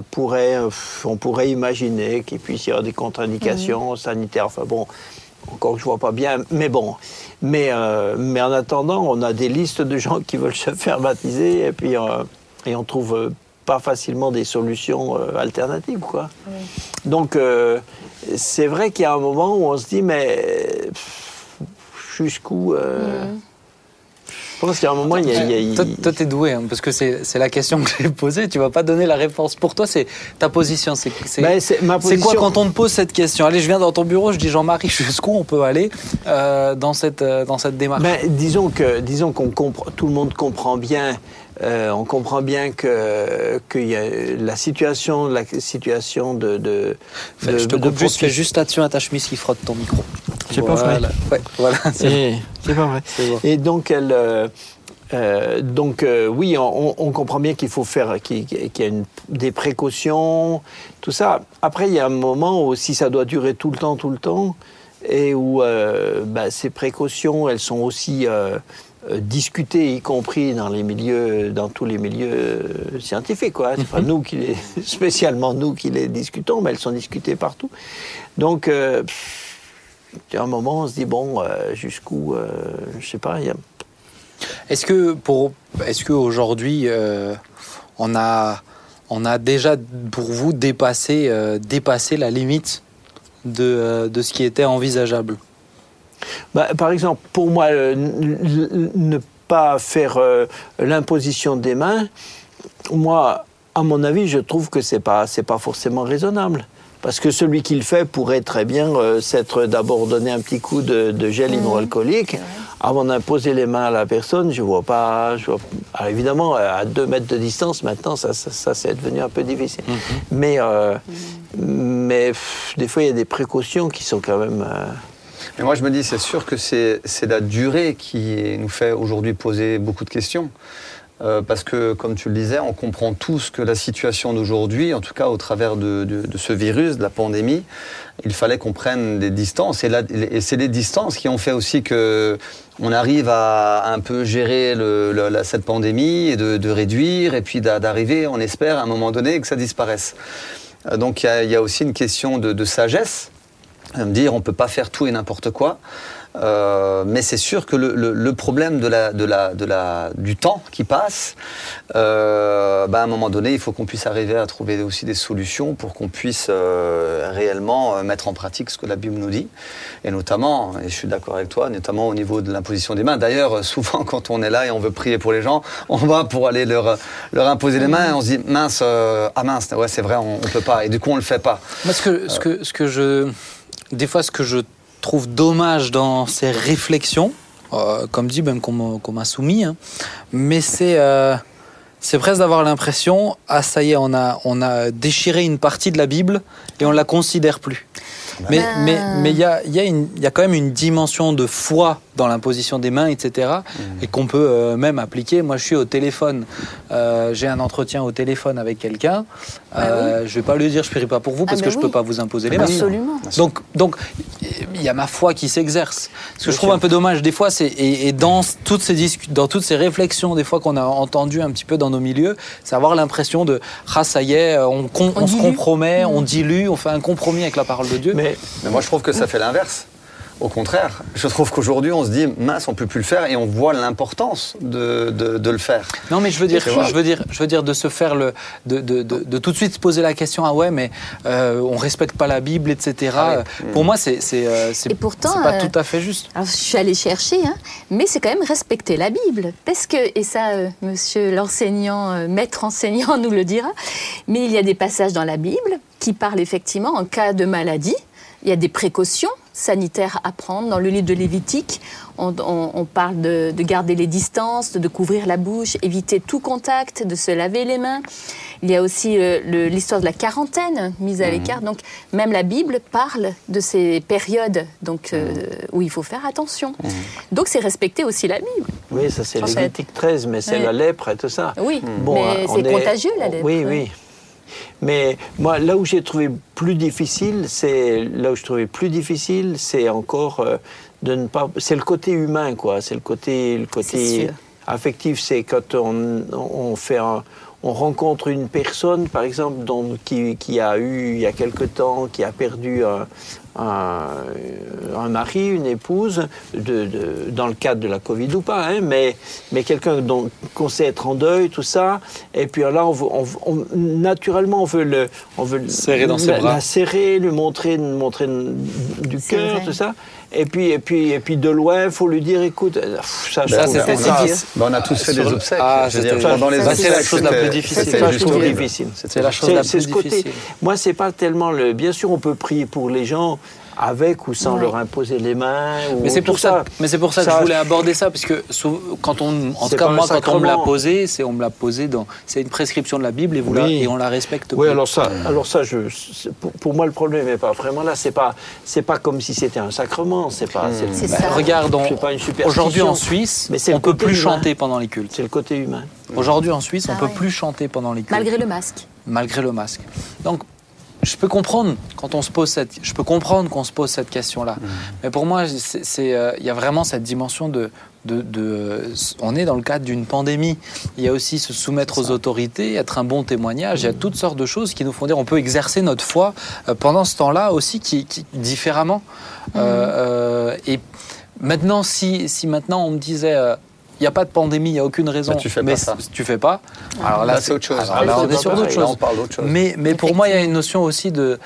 B: On pourrait imaginer qu'il puisse y avoir des contre-indications sanitaires. Enfin bon. Encore que je vois pas bien, mais bon. Mais en attendant, on a des listes de gens qui veulent se faire baptiser et on trouve pas facilement des solutions alternatives, quoi. Oui. Donc c'est vrai qu'il y a un moment où on se dit mais jusqu'où Je pense qu'il y a un moment,
A: Toi, t'es doué, hein, parce que c'est la question que j'ai posée. Tu vas pas donner la réponse. Pour toi, c'est ta position. C'est
B: ma position.
A: C'est quoi quand on te pose cette question? Allez, je viens dans ton bureau, je dis Jean-Marie, jusqu'où on peut aller dans cette démarche?
B: Disons qu'on comprend, tout le monde comprend bien. On comprend bien que y a la situation de
A: je te coupe juste, fais juste attention à ta chemise qui frotte ton micro.
B: C'est pas vrai.
A: Ouais, voilà,
B: c'est pas vrai.
A: Bon.
B: Et donc oui, on comprend bien qu'il faut faire, qu'il y a des précautions, tout ça. Après, il y a un moment où si ça doit durer tout le temps, et où ces précautions, elles sont aussi discutées, y compris dans tous les milieux scientifiques, quoi. C'est pas spécialement nous qui les discutons, mais elles sont discutées partout. Donc, à un moment, on se dit jusqu'où, je sais pas.
A: Est-ce que aujourd'hui, on a déjà pour vous dépassé la limite de ce qui était envisageable?
B: Par exemple, pour moi, ne pas faire l'imposition des mains, moi, à mon avis, je trouve que c'est pas forcément raisonnable. Parce que celui qui le fait pourrait très bien s'être d'abord donné un petit coup de gel hydroalcoolique avant d'imposer les mains à la personne. Je vois pas. Alors évidemment, à 2 mètres de distance, maintenant, ça c'est devenu un peu difficile. Mais des fois, il y a des précautions qui sont quand même.
C: Mais moi, je me dis, c'est sûr que c'est la durée qui nous fait aujourd'hui poser beaucoup de questions. Parce que, comme tu le disais, on comprend tous que la situation d'aujourd'hui, en tout cas au travers de ce virus, de la pandémie, il fallait qu'on prenne des distances. Et c'est les distances qui ont fait aussi qu'on arrive à un peu gérer cette pandémie et de réduire, et puis d'arriver, on espère, à un moment donné, que ça disparaisse. Donc il y a aussi une question de sagesse, de me dire on ne peut pas faire tout et n'importe quoi. Mais c'est sûr que le problème du temps qui passe, à un moment donné, il faut qu'on puisse arriver à trouver aussi des solutions pour qu'on puisse réellement mettre en pratique ce que la Bible nous dit. Et notamment, et je suis d'accord avec toi, notamment au niveau de l'imposition des mains. D'ailleurs, souvent quand on est là et on veut prier pour les gens, on va pour aller leur imposer les mains et on se dit mince, ouais, c'est vrai, on ne peut pas. Et du coup, on ne le fait pas.
A: Moi, des fois, ce que je trouve dommage dans ces réflexions, comme dit, même qu'on m'a soumis, hein, mais c'est presque d'avoir l'impression, ça y est, on a déchiré une partie de la Bible et on la considère plus. Mais il y a quand même une dimension de foi dans l'imposition des mains, etc. Et qu'on peut même appliquer. Moi, je suis au téléphone, j'ai un entretien au téléphone avec quelqu'un. Je vais pas lui dire je prie pas pour vous parce que je peux pas vous imposer les mains.
D: Absolument.
A: Donc il y a ma foi qui s'exerce. Ce que je trouve un peu dommage des fois, c'est dans toutes ces réflexions des fois qu'on a entendues un petit peu dans nos milieux, c'est avoir l'impression de ça y est, on se compromet, on dilue, on fait un compromis avec la parole de Dieu.
C: Mais moi je trouve que ça fait l'inverse. Au contraire, je trouve qu'aujourd'hui on se dit mince, on peut plus le faire et on voit l'importance de le faire.
A: Non, mais je veux dire de se faire de tout de suite se poser la question mais on respecte pas la Bible, etc. Pour moi c'est
D: pourtant,
A: pas tout à fait juste.
D: Alors je suis allée chercher, mais c'est quand même respecter la Bible, parce que et ça, Monsieur l'enseignant, maître enseignant nous le dira. Mais il y a des passages dans la Bible qui parlent effectivement en cas de maladie. Il y a des précautions sanitaires à prendre. Dans le livre de Lévitique, on parle de garder les distances, de couvrir la bouche, éviter tout contact, de se laver les mains. Il y a aussi l'histoire de la quarantaine mise à l'écart. Donc même la Bible parle de ces périodes où il faut faire attention. Donc c'est respecter aussi la Bible.
B: Oui, ça c'est Lévitique 13, mais c'est la lèpre et tout ça.
D: Oui, mais c'est contagieux la lèpre.
B: Oui. Mais moi, là où j'ai trouvé plus difficile, c'est encore de ne pas. C'est le côté humain, quoi. C'est le côté affectif. C'est quand on rencontre une personne, par exemple, qui a eu, il y a quelque temps, qui a perdu un mari, une épouse, dans le cadre de la Covid ou pas, hein, mais quelqu'un qu'on sait être en deuil, tout ça, et puis là, naturellement, on veut
A: serrer dans ses bras.
B: La serrer, lui montrer du cœur, tout ça. Et puis de loin, il faut lui dire, écoute,
C: on a tous fait des obsèques.
A: Pendant les
B: c'est la chose la plus difficile.
A: C'est la chose la plus difficile.
B: Moi, c'est pas tellement le. Bien sûr, on peut prier pour les gens avec ou sans leur imposer les mains.
A: Mais c'est pour ça. Mais c'est pour ça que je voulais aborder ça, parce que quand on, en tout cas moi, quand on me l'a posé, on me l'a posé dans. C'est une prescription de la Bible et on la respecte.
B: Oui, alors ça, pour moi, le problème n'est pas vraiment là. C'est pas comme si c'était un sacrement. C'est pas.
A: Regardons. Aujourd'hui en Suisse, on peut plus chanter pendant les cultes.
B: C'est le côté humain.
A: Aujourd'hui en Suisse, on peut plus chanter pendant les cultes.
D: Malgré le masque.
A: Malgré le masque. Donc. Je peux comprendre qu'on se pose cette question-là. Mais pour moi, il y a vraiment cette dimension on est dans le cadre d'une pandémie. Il y a aussi se soumettre aux autorités, être un bon témoignage. Il y a toutes sortes de choses qui nous font dire on peut exercer notre foi pendant ce temps-là aussi différemment. Et maintenant, si maintenant on me disait... il n'y a pas de pandémie, il n'y a aucune raison.
C: Tu fais pas ça.
A: Tu fais pas. Alors là,
C: c'est autre chose.
A: Alors là, on est sur d'autres choses.
C: Là, on parle d'autre chose.
A: Mais pour moi, il y a une notion aussi de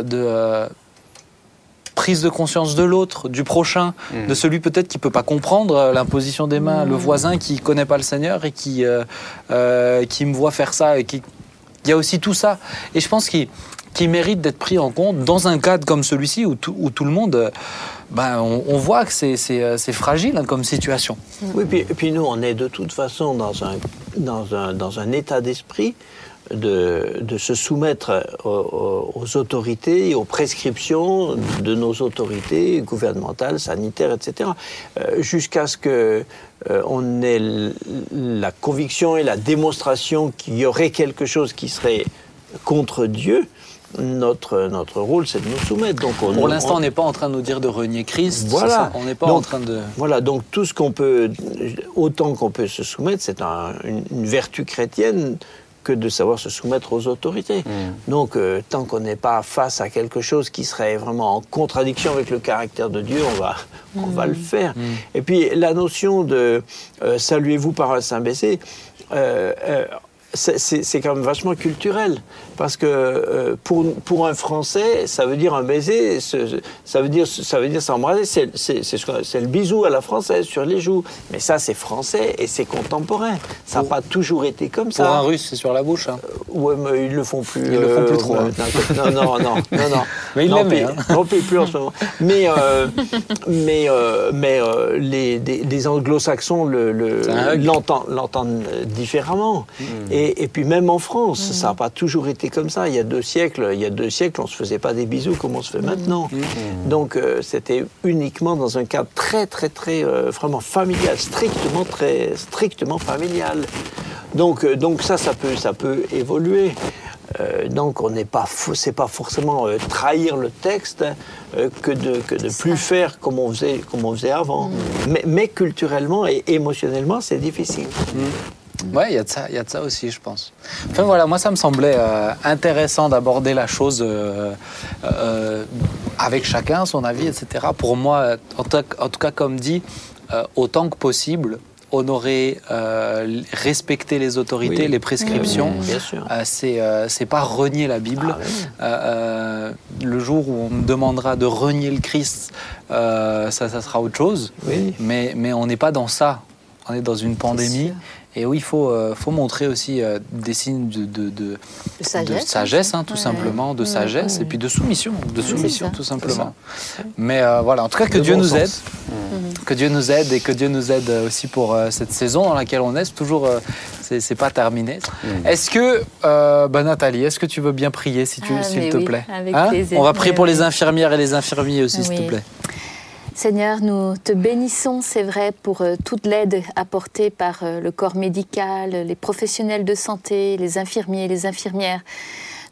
A: prise de conscience de l'autre, du prochain, de celui peut-être qui ne peut pas comprendre l'imposition des mains, le voisin qui ne connaît pas le Seigneur et qui me voit faire ça. Il y a aussi tout ça. Et je pense qu'il mérite d'être pris en compte dans un cadre comme celui-ci où tout le monde... on voit que c'est fragile comme situation.
B: Oui, puis nous, on est de toute façon dans un état d'esprit de se soumettre aux autorités et aux prescriptions de nos autorités gouvernementales, sanitaires, etc. Jusqu'à ce qu'on ait la conviction et la démonstration qu'il y aurait quelque chose qui serait contre Dieu. Notre rôle, c'est de nous soumettre. Donc
A: pour l'instant, on n'est pas en train de nous dire de renier Christ.
B: Voilà.
A: On n'est pas en train de...
B: Voilà, donc tout ce qu'on peut, autant qu'on peut se soumettre, c'est une vertu chrétienne que de savoir se soumettre aux autorités. Donc, tant qu'on n'est pas face à quelque chose qui serait vraiment en contradiction avec le caractère de Dieu, on va le faire. Et puis, la notion de saluez-vous par un saint baiser, c'est quand même vachement culturel, parce que pour un Français, ça veut dire un baiser, ça veut dire s'embrasser, c'est le bisou à la française sur les joues. Mais ça, c'est français et c'est contemporain. Ça n'a pas toujours été comme ça.
A: Pour un Russe, c'est sur la bouche. Hein.
B: Ouais, mais ils le font plus.
A: Ils le font plus trop.
B: Non.
A: Mais ils l'aimaient.
B: Non, plus en ce moment. Mais les Anglo-Saxons l'entendent différemment. Et puis même en France, ça n'a pas toujours été comme ça. Il y a deux siècles, on ne se faisait pas des bisous comme on se fait maintenant. Donc c'était uniquement dans un cadre très, très, très vraiment familial, strictement familial. Donc ça peut évoluer. Donc c'est pas forcément trahir le texte que de plus faire comme on faisait avant. Mais culturellement et émotionnellement, c'est difficile.
A: Ouais, il y a de ça aussi, je pense. Enfin voilà, moi ça me semblait intéressant d'aborder la chose avec chacun, son avis, etc. Pour moi, en tout cas comme dit, autant que possible, honorer, respecter les autorités, les prescriptions.
B: Bien sûr.
A: C'est pas renier la Bible. Le jour où on me demandera de renier le Christ, ça sera autre chose.
B: Oui.
A: Mais on n'est pas dans ça. On est dans une pandémie. Et oui, il faut montrer aussi des signes de sagesse, hein, tout simplement, de sagesse, et puis de soumission, tout simplement. Mais voilà, en tout cas, que Dieu nous aide. Que Dieu nous aide et que Dieu nous aide aussi pour cette saison dans laquelle on est. C'est toujours, c'est pas terminé. Est-ce que, Nathalie, est-ce que tu veux bien prier, s'il te plaît?
D: Avec plaisir.
A: On va prier pour les infirmières et les infirmiers aussi, s'il te plaît.
D: Seigneur, nous te bénissons, c'est vrai, pour toute l'aide apportée par le corps médical, les professionnels de santé, les infirmiers, les infirmières.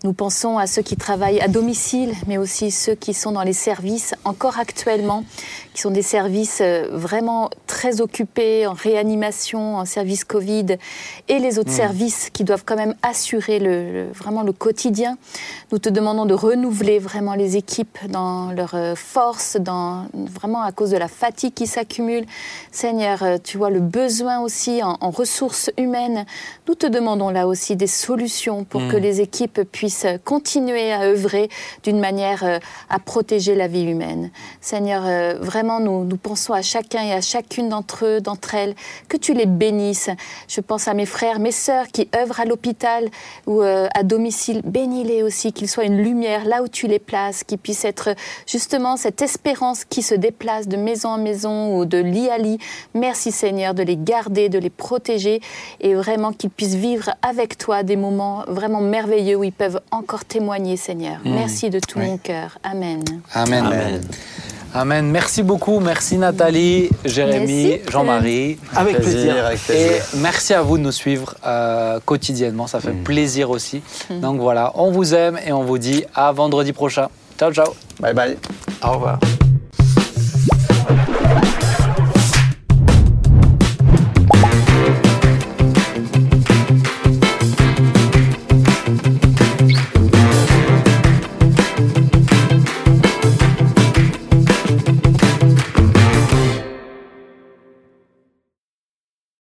D: Nous pensons à ceux qui travaillent à domicile, mais aussi ceux qui sont dans les services encore actuellement, qui sont des services vraiment très occupés en réanimation, en service Covid, et les autres services qui doivent quand même assurer vraiment le quotidien. Nous te demandons de renouveler vraiment les équipes dans leur force, vraiment à cause de la fatigue qui s'accumule. Seigneur, tu vois le besoin aussi en ressources humaines. Nous te demandons là aussi des solutions pour que les équipes puissent continuer à œuvrer d'une manière à protéger la vie humaine. Seigneur, vraiment, nous pensons à chacun et à chacune d'entre eux, d'entre elles, que tu les bénisses. Je pense à mes frères, mes sœurs qui œuvrent à l'hôpital ou à domicile. Bénis-les aussi, qu'ils soient une lumière là où tu les places, qu'ils puissent être justement cette espérance qui se déplace de maison en maison ou de lit à lit. Merci Seigneur de les garder, de les protéger et vraiment qu'ils puissent vivre avec toi des moments vraiment merveilleux où ils peuvent encore témoigner, Seigneur. Merci de tout mon cœur. Amen.
A: Amen.
B: Amen.
A: Amen. Merci beaucoup. Merci Nathalie, Jérémy,
D: Merci.
B: Avec
A: Jean-Marie.
C: Avec
B: plaisir.
A: Et merci à vous de nous suivre quotidiennement. Ça fait plaisir aussi. Donc voilà, on vous aime et on vous dit à vendredi prochain. Ciao, ciao.
C: Bye bye.
B: Au revoir.